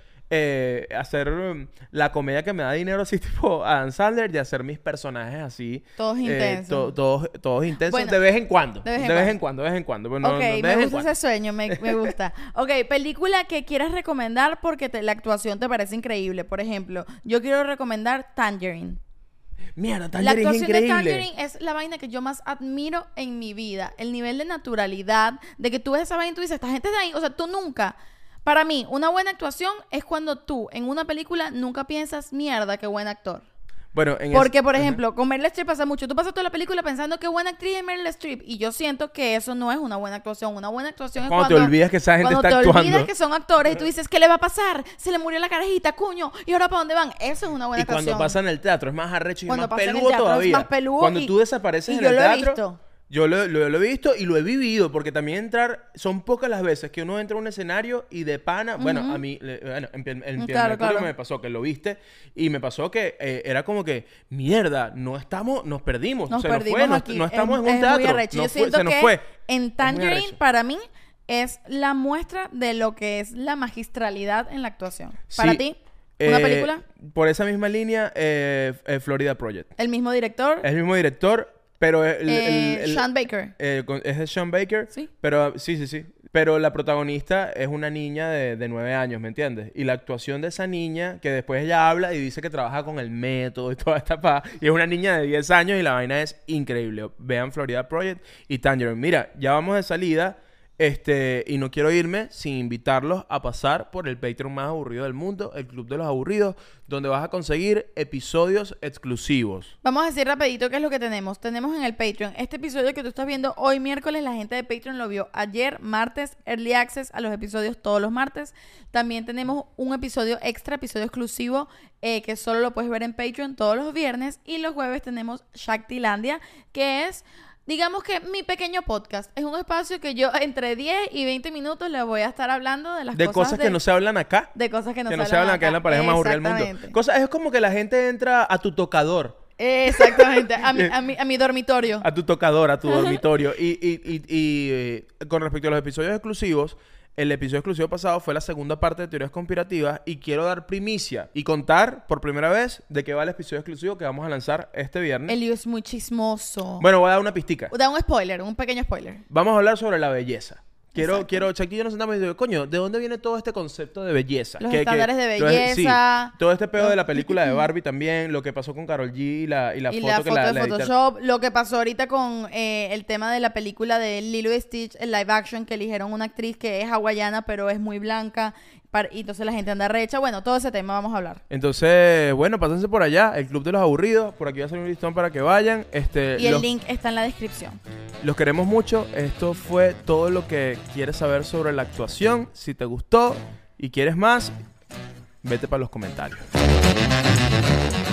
la comedia que me da dinero así tipo Adam Sandler, de hacer mis personajes así Todos intensos. todos intensos, Bueno, de vez en cuando de vez en cuando. Pero no, Ok, no, de me vez en gusta cuando. ese sueño, me gusta. Ok, película que quieras recomendar porque la actuación te parece increíble. Por ejemplo, yo quiero recomendar Tangerine. Mierda, La Tangerine es actuación de increíble. Tangerine es la vaina que yo más admiro en mi vida. El nivel de naturalidad, de que tú ves esa vaina y tú dices, esta gente de ahí, o sea, tú nunca... Para mí, una buena actuación es cuando tú, en una película, nunca piensas, mierda, qué buen actor. Bueno, Porque, por ejemplo, con Meryl Streep pasa mucho. Tú pasas toda la película pensando qué buena actriz es Meryl Streep. Y yo siento que eso no es una buena actuación. Una buena actuación es cuando te olvidas que esa gente está cuando te actuando. olvidas que son actores y tú dices, ¿qué le va a pasar? Se le murió la carajita, coño. ¿Y ahora para dónde van? Eso es una buena Y cuando actuación. pasa en el teatro es más arrecho y Cuando más pasa en el peludo teatro es todavía. más peludo Cuando y- tú desapareces y en yo el lo he teatro, visto. Yo lo he visto y lo he vivido, porque también son pocas las veces que uno entra a un escenario y de pana, bueno, a mí, en Piel Mercurio me pasó que lo viste y me pasó que era como que, mierda, nos perdimos, nos fue, aquí. no estamos en un muy teatro, arrecho. Yo siento que en Tangerine, para mí, es la muestra de lo que es la magistralidad en la actuación. Para ti, ¿una película? Por esa misma línea, Florida Project. ¿El mismo director? El mismo director. Pero Sean Baker. Es de Sean Baker. Sí. Pero sí. Pero la protagonista es una niña de 9 años, ¿me entiendes? Y la actuación de esa niña, que después ella habla y dice que trabaja con el método y toda esta paja. Y es una niña de 10 años y la vaina es increíble. Vean Florida Project y Tangerine. Mira, ya vamos de salida. Y no quiero irme sin invitarlos a pasar por el Patreon más aburrido del mundo, el Club de los Aburridos, donde vas a conseguir episodios exclusivos. Vamos a decir rapidito qué es lo que tenemos. Tenemos en el Patreon este episodio que tú estás viendo hoy miércoles. La gente de Patreon lo vio ayer, martes, Early Access a los episodios todos los martes. También tenemos un episodio extra, episodio exclusivo, que solo lo puedes ver en Patreon todos los viernes. Y los jueves tenemos Shaktilandia, que es... digamos que mi pequeño podcast es un espacio que yo entre 10 y 20 minutos le voy a estar hablando de las cosas que no se hablan acá. De cosas que no se hablan acá. Es la pareja más aburrida del mundo. Es como que la gente entra a tu tocador. Exactamente, a mi dormitorio. A tu tocador, a tu dormitorio. Y con respecto a los episodios exclusivos, el episodio exclusivo pasado fue la segunda parte de Teorías Conspirativas y quiero dar primicia y contar por primera vez de qué va el episodio exclusivo que vamos a lanzar este viernes. Elio es muy chismoso. Bueno, voy a dar una pistica. Da un spoiler, un pequeño spoiler. Vamos a hablar sobre la belleza. Chucky y yo nos sentamos y digo, coño, ¿de dónde viene todo este concepto de belleza? Los estándares de belleza. Sí, todo este pedo de la película de Barbie también, lo que pasó con Karol G y la foto de Photoshop, lo que pasó ahorita con el tema de la película de Lilo y Stitch, el live action, que eligieron una actriz que es hawaiana pero es muy blanca. Y entonces la gente anda recha. Bueno, todo ese tema vamos a hablar. Entonces, bueno, pásense por allá, el Club de los Aburridos. Por aquí va a salir un listón para que vayan. Y el link está en la descripción. Los queremos mucho. Esto fue todo lo que quieres saber sobre la actuación. Si te gustó y quieres más, vete para los comentarios.